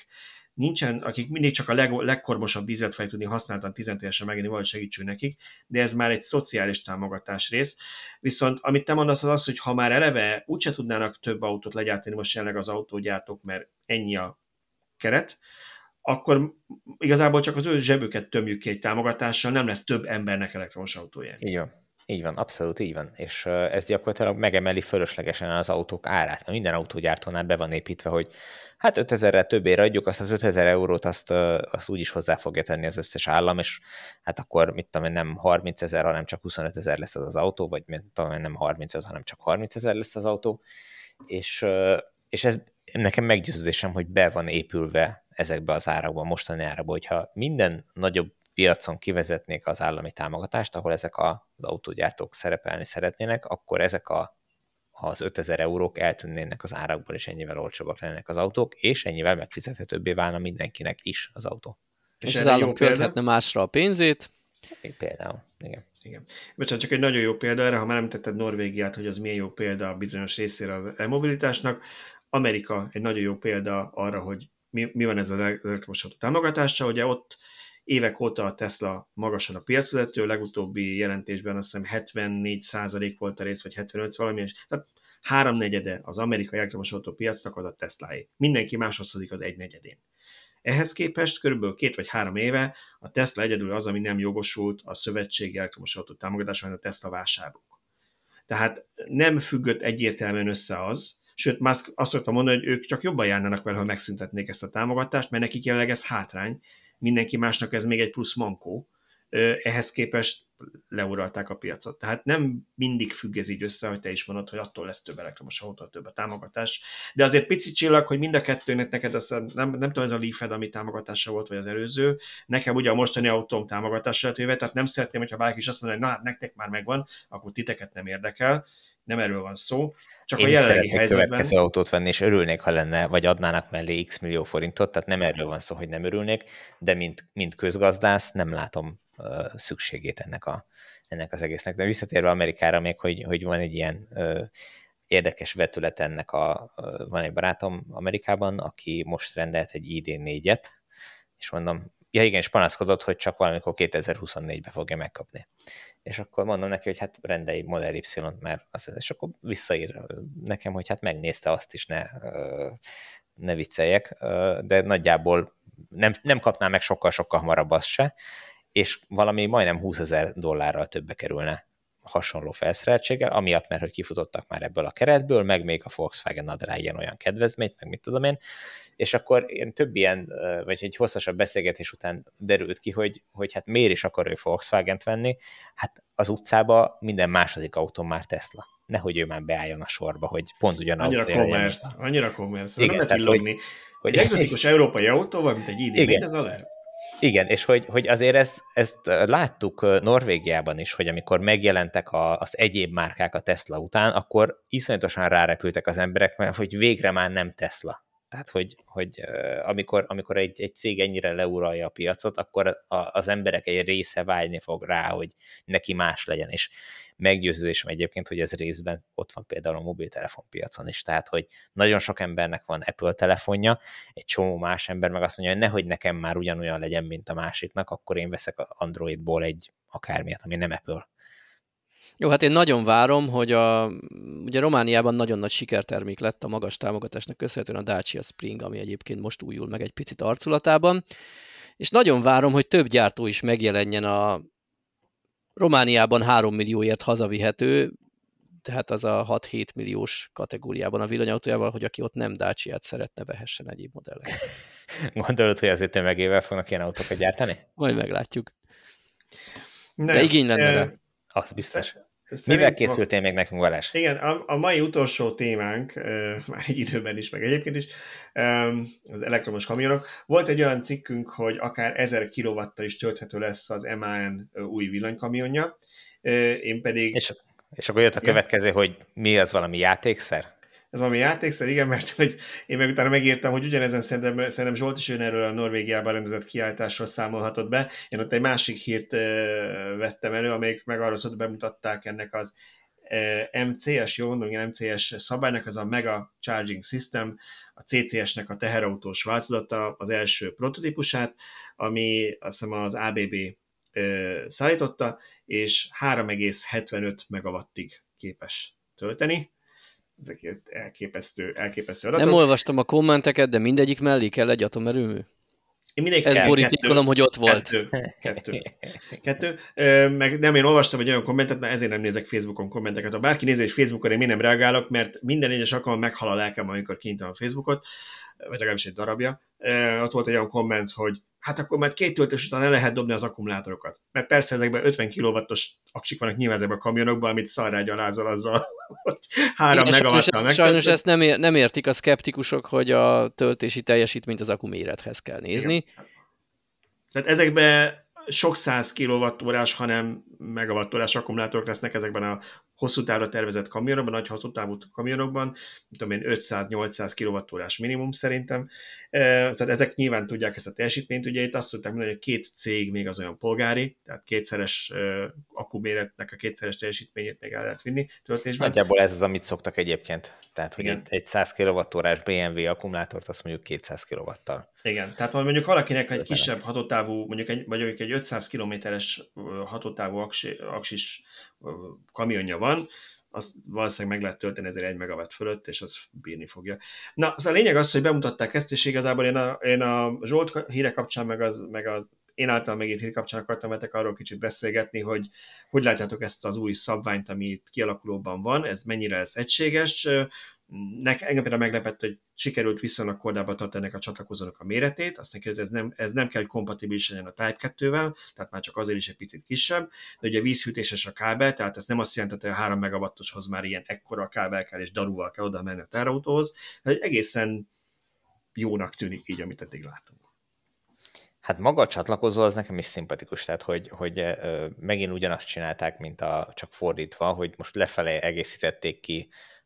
akik mindig csak a legkormosabb dízelt fel tudni használtan 10 évesen megvenni, valahogy segítsünk nekik, de ez már egy szociális támogatás rész. Viszont amit te mondasz az, hogy ha már eleve úgyse tudnának több autót legyártani most jelenleg az autógyártók, mert ennyi a keret, akkor igazából csak az ő zsebüket tömjük ki egy támogatással, nem lesz több embernek elektromos autója. Így van, abszolút így van. És ez gyakorlatilag megemeli fölöslegesen az autók árát. Mert minden autógyártónál be van építve, hogy hát 5000-rel többére adjuk, azt az 5000 eurót azt úgyis hozzá fogja tenni az összes állam, és hát akkor mit tudom én, nem 30 000, hanem csak 25 000 lesz az autó, vagy mit tudom én, nem 35, hanem csak 30 000 lesz az autó. És ez nekem meggyőződésem, hogy be van épülve ezekbe az árakban, mostani árakban, hogyha minden nagyobb piacon kivezetnék az állami támogatást, ahol ezek az autógyártók szerepelni szeretnének, akkor ezek az 5000 eurók eltűnnének az árakból, és ennyivel olcsóbbak lennének az autók, és ennyivel megfizethetőbbé válna mindenkinek is az autó. És az állam költhetne másra a pénzét. Például, igen. Bocsánat, csak egy nagyon jó példa erre, ha már említetted Norvégiát, hogy az milyen jó példa a bizonyos részére az e-mobilitásnak. Amerika egy nagyon jó példa arra, hogy mi van ez az elektromos autó támogatása. Ugye ott évek óta a Tesla magasan a piacvezető, legutóbbi jelentésben azt hiszem 74% volt a rész, vagy 75 valami, és tehát 3/4 az amerikai elektromos autó piacnak az a Teslaé. Mindenki más osztozik az 1/4. Ehhez képest körülbelül 2 vagy 3 éve a Tesla egyedül az, ami nem jogosult a szövetségi elektromos autó támogatásra, hanem a Tesla vásárlók. Tehát nem függött egyértelműen össze az, sőt, Musk azt szokta mondani, hogy ők csak jobban járnának vele, ha megszüntetnék ezt a támogatást, mert nekik jelenleg ez hátrány, mindenki másnak ez még egy plusz mankó, ehhez képest leuralták a piacot. Tehát nem mindig függ ez így össze, hogy te is mondod, hogy attól lesz több elektromos autó, több a támogatás. De azért pici csillag, hogy mind a kettőnek neked azt nem tudom, ez a Leaf-ed, ami támogatása volt, vagy az előző. Nekem ugye a mostani autóm támogatása lett véve, tehát nem szeretném, hogyha bárki is azt mondja, hogy na hát nektek már megvan, akkor titeket nem érdekel. Nem erről van szó. Csak én a jelenlegi helyzetben... következő autót venni, és örülnék, ha lenne, vagy adnának mellé x millió forintot, tehát nem erről van szó, hogy nem örülnék, de mint közgazdász nem látom szükségét ennek az egésznek. De visszatérve Amerikára még, hogy van egy ilyen érdekes vetület ennek van egy barátom Amerikában, aki most rendelt egy ID4-et, és mondom, ja igen, és panaszkodott, hogy csak valamikor 2024-ben fogja megkapni. És akkor mondom neki, hogy hát rendelj Model Y-t, mert és akkor visszaír nekem, hogy hát megnézte azt is, ne vicceljek, de nagyjából nem kapná meg sokkal-sokkal hamarabb azt se, és valami majdnem $20,000 többbe kerülne hasonló felszereltséggel, amiatt, mert hogy kifutottak már ebből a keretből, meg még a Volkswagen ad rá ilyen kedvezményt, meg mit tudom én, és akkor több ilyen, vagy egy hosszasabb beszélgetés után derült ki, hogy hát miért is akar ő Volkswagent venni, hát az utcába minden második autó már Tesla. Nehogy ő már beálljon a sorba, hogy pont ugyanaz. Annyira commerce. Nem lehet villogni. Hogy egy egzotikus európai autóval, mint egy ID4, ez a lehet. Igen, és hogy azért ezt láttuk Norvégiában is, hogy amikor megjelentek az egyéb márkák a Tesla után, akkor iszonyatosan rárepültek az emberek, mert hogy végre már nem Tesla. Tehát, hogy amikor egy cég ennyire leuralja a piacot, akkor az emberek egy része vágyni fog rá, hogy neki más legyen, és meggyőződésem egyébként, hogy ez részben ott van például a mobiltelefonpiacon is, tehát, hogy nagyon sok embernek van Apple telefonja, egy csomó más ember meg azt mondja, hogy nehogy nekem már ugyanolyan legyen, mint a másiknak, akkor én veszek Androidból egy akármilyet, ami nem Apple. Jó, hát én nagyon várom, hogy ugye Romániában nagyon nagy sikertermék lett a magas támogatásnak köszönhetően a Dacia Spring, ami egyébként most újul meg egy picit arculatában, és nagyon várom, hogy több gyártó is megjelenjen a Romániában 3 millióért hazavihető, tehát az a 6-7 milliós kategóriában a villanyautójával, hogy aki ott nem Dacia-t szeretne, vehessen egyéb modelleket. Gondolod, hogy azért tömegével fognak ilyen autókat gyártani? Majd meglátjuk. De igény lenne rá. Az biztos. Mivel készültél még nekünk, Balázs? Igen, a mai utolsó témánk, már egy időben is, meg egyébként is, az elektromos kamionok. Volt egy olyan cikkünk, hogy akár 1000 kW-tal is tölthető lesz az MAN új villanykamionja. Én pedig... És akkor jött a következő, hogy mi az, valami játékszer? Ez valami játékszer, igen, mert hogy én meg utána megírtam, hogy ugyanezen szerintem Zsolt is erről a Norvégiában rendezett kiállításról számolhatott be. Én ott egy másik hírt vettem elő, amelyik meg arra szólt, bemutatták ennek az MCS, jó mondom, MCS szabálynak, az a Mega Charging System, a CCS-nek a teherautós változata, az első prototípusát, ami azt hiszem az ABB szállította, és 3,75 megawattig képes tölteni. Ezek elképesztő adatok. Nem olvastam a kommenteket, de mindegyik mellé kell egy atomerőmű? Én mindig Ez borítékolom, hogy ott volt. Kettő. Meg nem, én olvastam egy olyan kommentet, na ezért nem nézek Facebookon kommenteket. Ha bárki nézi és Facebookon, én nem reagálok, mert minden egyes alkalommal meghal a lelkem, amikor kinyitom a Facebookot, vagy legalábbis egy darabja. Ott volt egy olyan komment, hogy hát akkor már 2 töltés után le lehet dobni az akkumulátorokat. Mert persze ezekben 50 kW-os aksik vannak nyilván ezekben a kamionokban, amit szarrá gyalázol azzal, hogy 3 megawattal megtöltött. Sajnos ezt nem értik a szkeptikusok, hogy a töltési teljesítményt az akkumérethez kell nézni. Igen. Tehát ezekben sok 100 kWh-s, hanem megawattórás akkumulátorok lesznek ezekben a hosszú távra tervezett kamionokban, nagy hosszú távú kamionokban, tudom én 500-800 kWh-s minimum szerintem. Szóval ezek nyilván tudják ezt a teljesítményt. Ugye itt azt tudták mondani, hogy 2 cég még az olyan polgári, tehát kétszeres akkuméretnek a kétszeres teljesítményét még el lehet vinni töltésben. Nagyjából ez az, amit szoktak egyébként. Tehát, hogy egy 100 kWh-s BMW akkumulátort azt mondjuk 200 kW-tal. Igen, tehát mondjuk valakinek egy kisebb hatótávú, mondjuk egy 500 kilométeres hatótávú aksis kamionja van, azt valószínűleg meg lehet tölteni ezért 1 megawatt fölött, és az bírni fogja. Na, szóval a lényeg az, hogy bemutatták ezt, és igazából én a Zsolt híre kapcsán, meg az én által megírt hír kapcsán akartam veletek arról kicsit beszélgetni, hogy látjátok ezt az új szabványt, ami itt kialakulóban van, ez mennyire lesz egységes. Engem például meglepett, hogy sikerült viszonylag kordába tartani ennek a csatlakozónak a méretét, azt neki, hogy ez nem kell, hogy kompatibilis legyen a Type 2-vel, tehát már csak azért is egy picit kisebb, de ugye vízhűtéses a kábel, tehát ez nem azt jelenti, hogy a 3 megawattoshoz már ilyen ekkora kábel kell, és darúval kell oda menni a terautóhoz, tehát egészen jónak tűnik így, amit eddig látunk. Hát maga a csatlakozó az nekem is szimpatikus, tehát hogy megint ugyanazt csinálták, mint csak fordítva, hogy most lefelé egészítették ki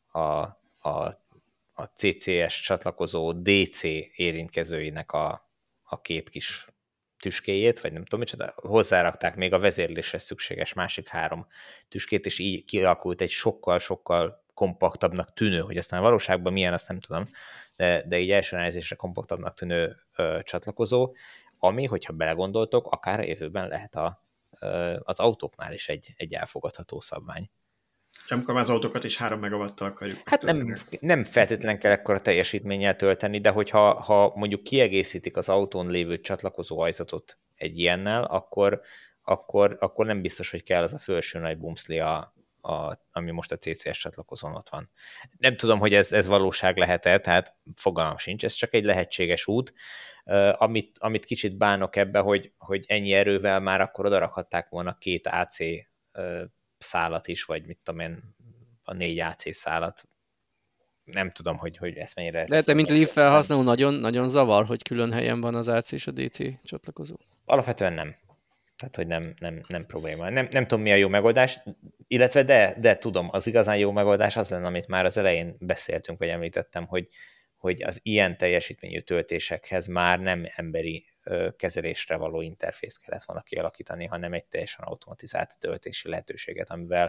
a CCS csatlakozó DC érintkezőinek a 2 kis tüskéjét, vagy nem tudom micsoda, hozzárakták még a vezérlésre szükséges másik 3 tüskét, és így kialakult egy sokkal-sokkal kompaktabbnak tűnő, hogy aztán a valóságban milyen, azt nem tudom, de így első ránézésre kompaktabbnak tűnő csatlakozó, ami, hogyha belegondoltok, akár a jövőben lehet az autóknál is egy elfogadható szabvány. Amikor már az autókat is 3 megawattal akarjuk. Hát nem feltétlenül kell ekkora teljesítménnyel tölteni, de hogyha mondjuk kiegészítik az autón lévő csatlakozó ajzatot egy ilyennel, akkor nem biztos, hogy kell az a felső nagy bumszli, ami most a CCS csatlakozón ott van. Nem tudom, hogy ez valóság lehet-e, tehát fogalmam sincs, ez csak egy lehetséges út. Amit kicsit bánok ebbe, hogy ennyi erővel már akkor odarakhatták volna 2 AC szálat is, vagy mit tudom én, a 4 AC szálat. Nem tudom, hogy ezt mennyire lehet. De te, mint Leaf felhasználó, nagyon, nagyon zavar, hogy külön helyen van az AC és a DC csatlakozó? Alapvetően nem. Tehát, hogy nem probléma. Nem tudom, mi a jó megoldás, illetve de tudom, az igazán jó megoldás az lenne, amit már az elején beszéltünk, vagy említettem, hogy az ilyen teljesítményű töltésekhez már nem emberi kezelésre való interfészt kellett volna kialakítani, hanem egy teljesen automatizált töltési lehetőséget, amivel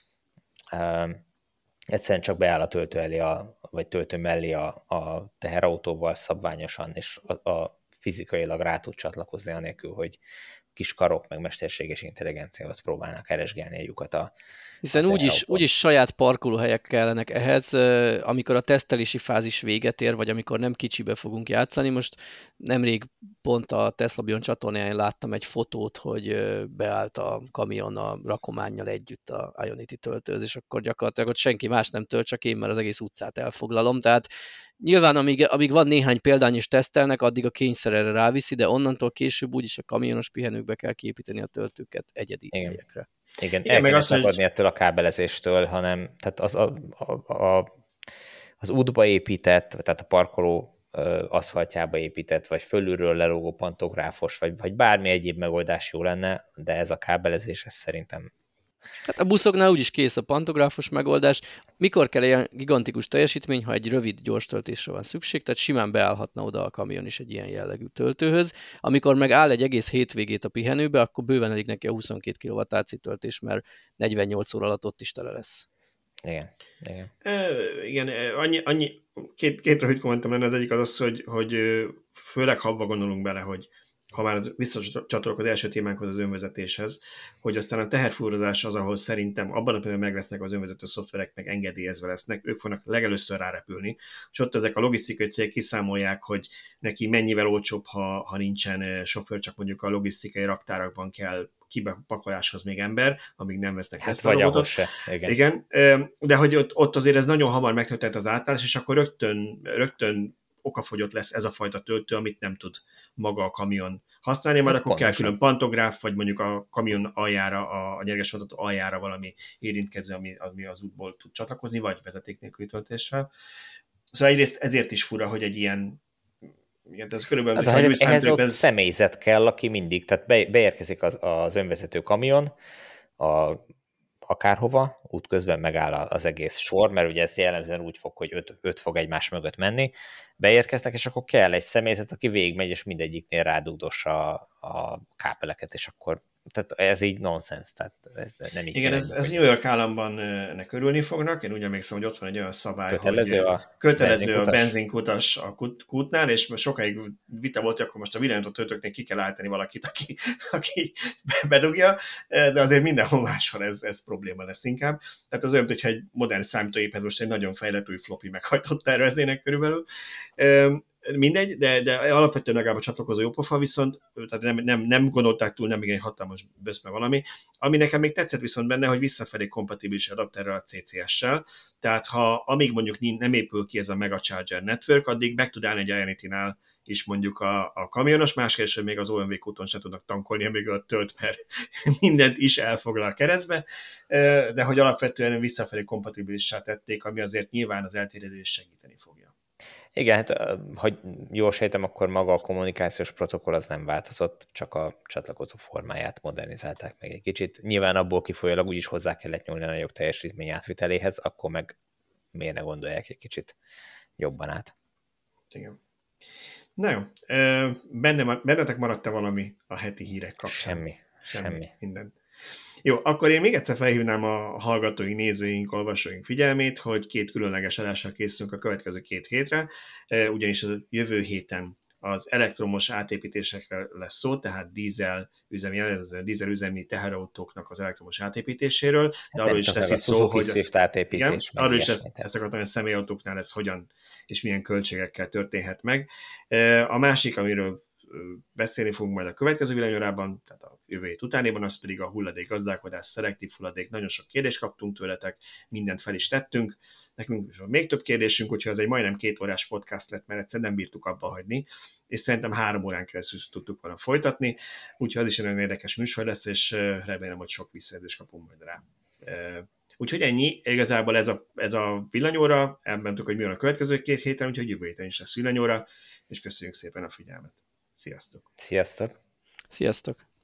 egyszerűen csak beáll a töltő elé, vagy töltő mellé a teherautóval szabványosan, és a fizikailag rá tud csatlakozni anélkül, hogy kis karok meg mesterséges intelligenciával próbálnak keresgélni a lyukat hiszen úgyis saját parkolóhelyek kellenek ehhez, amikor a tesztelési fázis véget ér, vagy amikor nem kicsibe fogunk játszani. Most nemrég pont a Tesla Bion csatornáján láttam egy fotót, hogy beállt a kamion a rakománnyal együtt a Ionity töltőhöz, és akkor gyakorlatilag ott senki más nem tölt, csak én, mert az egész utcát elfoglalom. Tehát nyilván, amíg van néhány példány és tesztelnek, addig a kényszer erre ráviszi, de onnantól később úgyis a kamionos pihenőkbe kell kiépíteni a töltőket egyedi helyekre. Igen, el kéne szakadni ettől a kábelezéstől, hanem tehát az útba épített, tehát a parkoló aszfaltjába épített, vagy fölülről lelógó pantográfos, vagy bármi egyéb megoldás jó lenne, de ez a kábelezés, ez szerintem... Hát a buszoknál úgyis kész a pantográfos megoldás. Mikor kell ilyen gigantikus teljesítmény, ha egy rövid, gyors töltésre van szükség, tehát simán beállhatna oda a kamion is egy ilyen jellegű töltőhöz. Amikor meg áll egy egész hétvégét a pihenőbe, akkor bőven elég neki a 22 kW AC töltés, mert 48 óra alatt ott is tele lesz. Igen. Két rövid kommentem lenne, az egyik az, hogy főleg ha abba gondolunk bele, hogy ha már visszacsatolok az első témánkhoz, az önvezetéshez, hogy aztán a teherfúrozás az, ahol szerintem abban a pillanatban meg lesznek az önvezető szoftverek, meg engedélyezve lesznek, ők fognak legelőször rárepülni, és ott ezek a logisztikai cégek kiszámolják, hogy neki mennyivel olcsóbb, ha nincsen sofőr, csak mondjuk a logisztikai raktárakban kell kipakoláshoz még ember, amíg nem vesznek Hát Tesla vagy robotot. ahhoz se. Igen, de hogy ott azért ez nagyon hamar megtörtént az átállás, és akkor rögtön okafogyott lesz ez a fajta töltő, amit nem tud maga a kamion használni, majd akkor kell külön pantográf, vagy mondjuk a kamion aljára, a nyergesvontató aljára valami érintkező, ami az útból tud csatlakozni, vagy vezeték nélküli töltéssel. Szóval egyrészt ezért is fura, hogy egy ilyen igen, ez körülbelül az ehhez ott személyzet kell, aki mindig, tehát beérkezik az önvezető kamion, akárhova, útközben megáll az egész sor, mert ugye ez jellemzően úgy fog, hogy 5 fog egymás mögött menni, beérkeznek, és akkor kell egy személyzet, aki végigmegy, és mindegyiknél rádugdossa a kábeleket, és akkor tehát ez így nonsens, tehát ez nem így. Igen, ez New York államban ennek örülni fognak, én úgy emlékszem, hogy ott van egy olyan szabály, kötelező a benzinkutas a kútnál, és sokáig vita volt, hogy akkor most a villanyotótöltőknél ki kell állítani valakit, aki bedugja, de azért mindenhol máshol ez probléma lesz inkább. Tehát az olyan, hogyha egy modern számítógéphez most egy nagyon fejlett új floppy meghajtott terveznének körülbelül. Mindegy, de alapvetően legalább a csatlakozó jópofa, viszont tehát nem gondolták túl, nem igen hatalmas böszme valami. Ami nekem még tetszett viszont benne, hogy visszafelé kompatibilis adapterrel a CCS-sel, tehát amíg mondjuk nem épül ki ez a Mega Charger Network, addig meg tud állni egy Ionity-nál is mondjuk a kamionos, másképp hogy még az OMV úton se tudnak tankolni, amíg ott tölt, mert mindent is elfoglal keresztbe, de hogy alapvetően visszafelé kompatibilissá tették, ami azért nyilván az elterjedést segíteni fogja. Igen, hát hogy jól sejtem, akkor maga a kommunikációs protokoll az nem változott, csak a csatlakozó formáját modernizálták meg egy kicsit. Nyilván abból kifolyólag úgyis hozzá kellett nyúlni a nagyobb teljesítmény átviteléhez, akkor meg miért ne gondolják egy kicsit jobban át. Igen. Na jó, bennetek maradt-e valami a heti hírek kapcsán? Semmi. Minden. Jó, akkor én még egyszer felhívnám a hallgatóink, nézőink, olvasóink figyelmét, hogy 2 különleges adással készülünk a következő 2 hétre, ugyanis a jövő héten az elektromos átépítésekre lesz szó, tehát dízel üzemi teherautóknak az elektromos átépítéséséről, de arról is lesz itt szó, hogy arról is lesz, ezt akartam, hogy a személyautóknál ez hogyan és milyen költségekkel történhet meg. A másik, amiről beszélni fogunk majd a következő villanyórában, tehát a jövő hét utánéban, az pedig a hulladékgazdálkodás, szelektív hulladék. Nagyon sok kérdést kaptunk tőletek, mindent fel is tettünk. Nekünk is van még több kérdésünk, úgyhogy ez egy majdnem 2 órás podcast lett, mert egyszerűen nem bírtuk abba hagyni, és szerintem 3 órán keresztül tudtuk volna folytatni, úgyhogy az is egy nagyon érdekes műsor lesz, és remélem, hogy sok visszajelzést kapunk majd rá. Úgyhogy ennyi, igazából ez a villanyóra, elmentük, hogy mi van a következő 2 héten, úgyhogy jövő héten is lesz villanyóra, és köszönjük szépen a figyelmet. Sziasztok! Sziasztok! Sziasztok!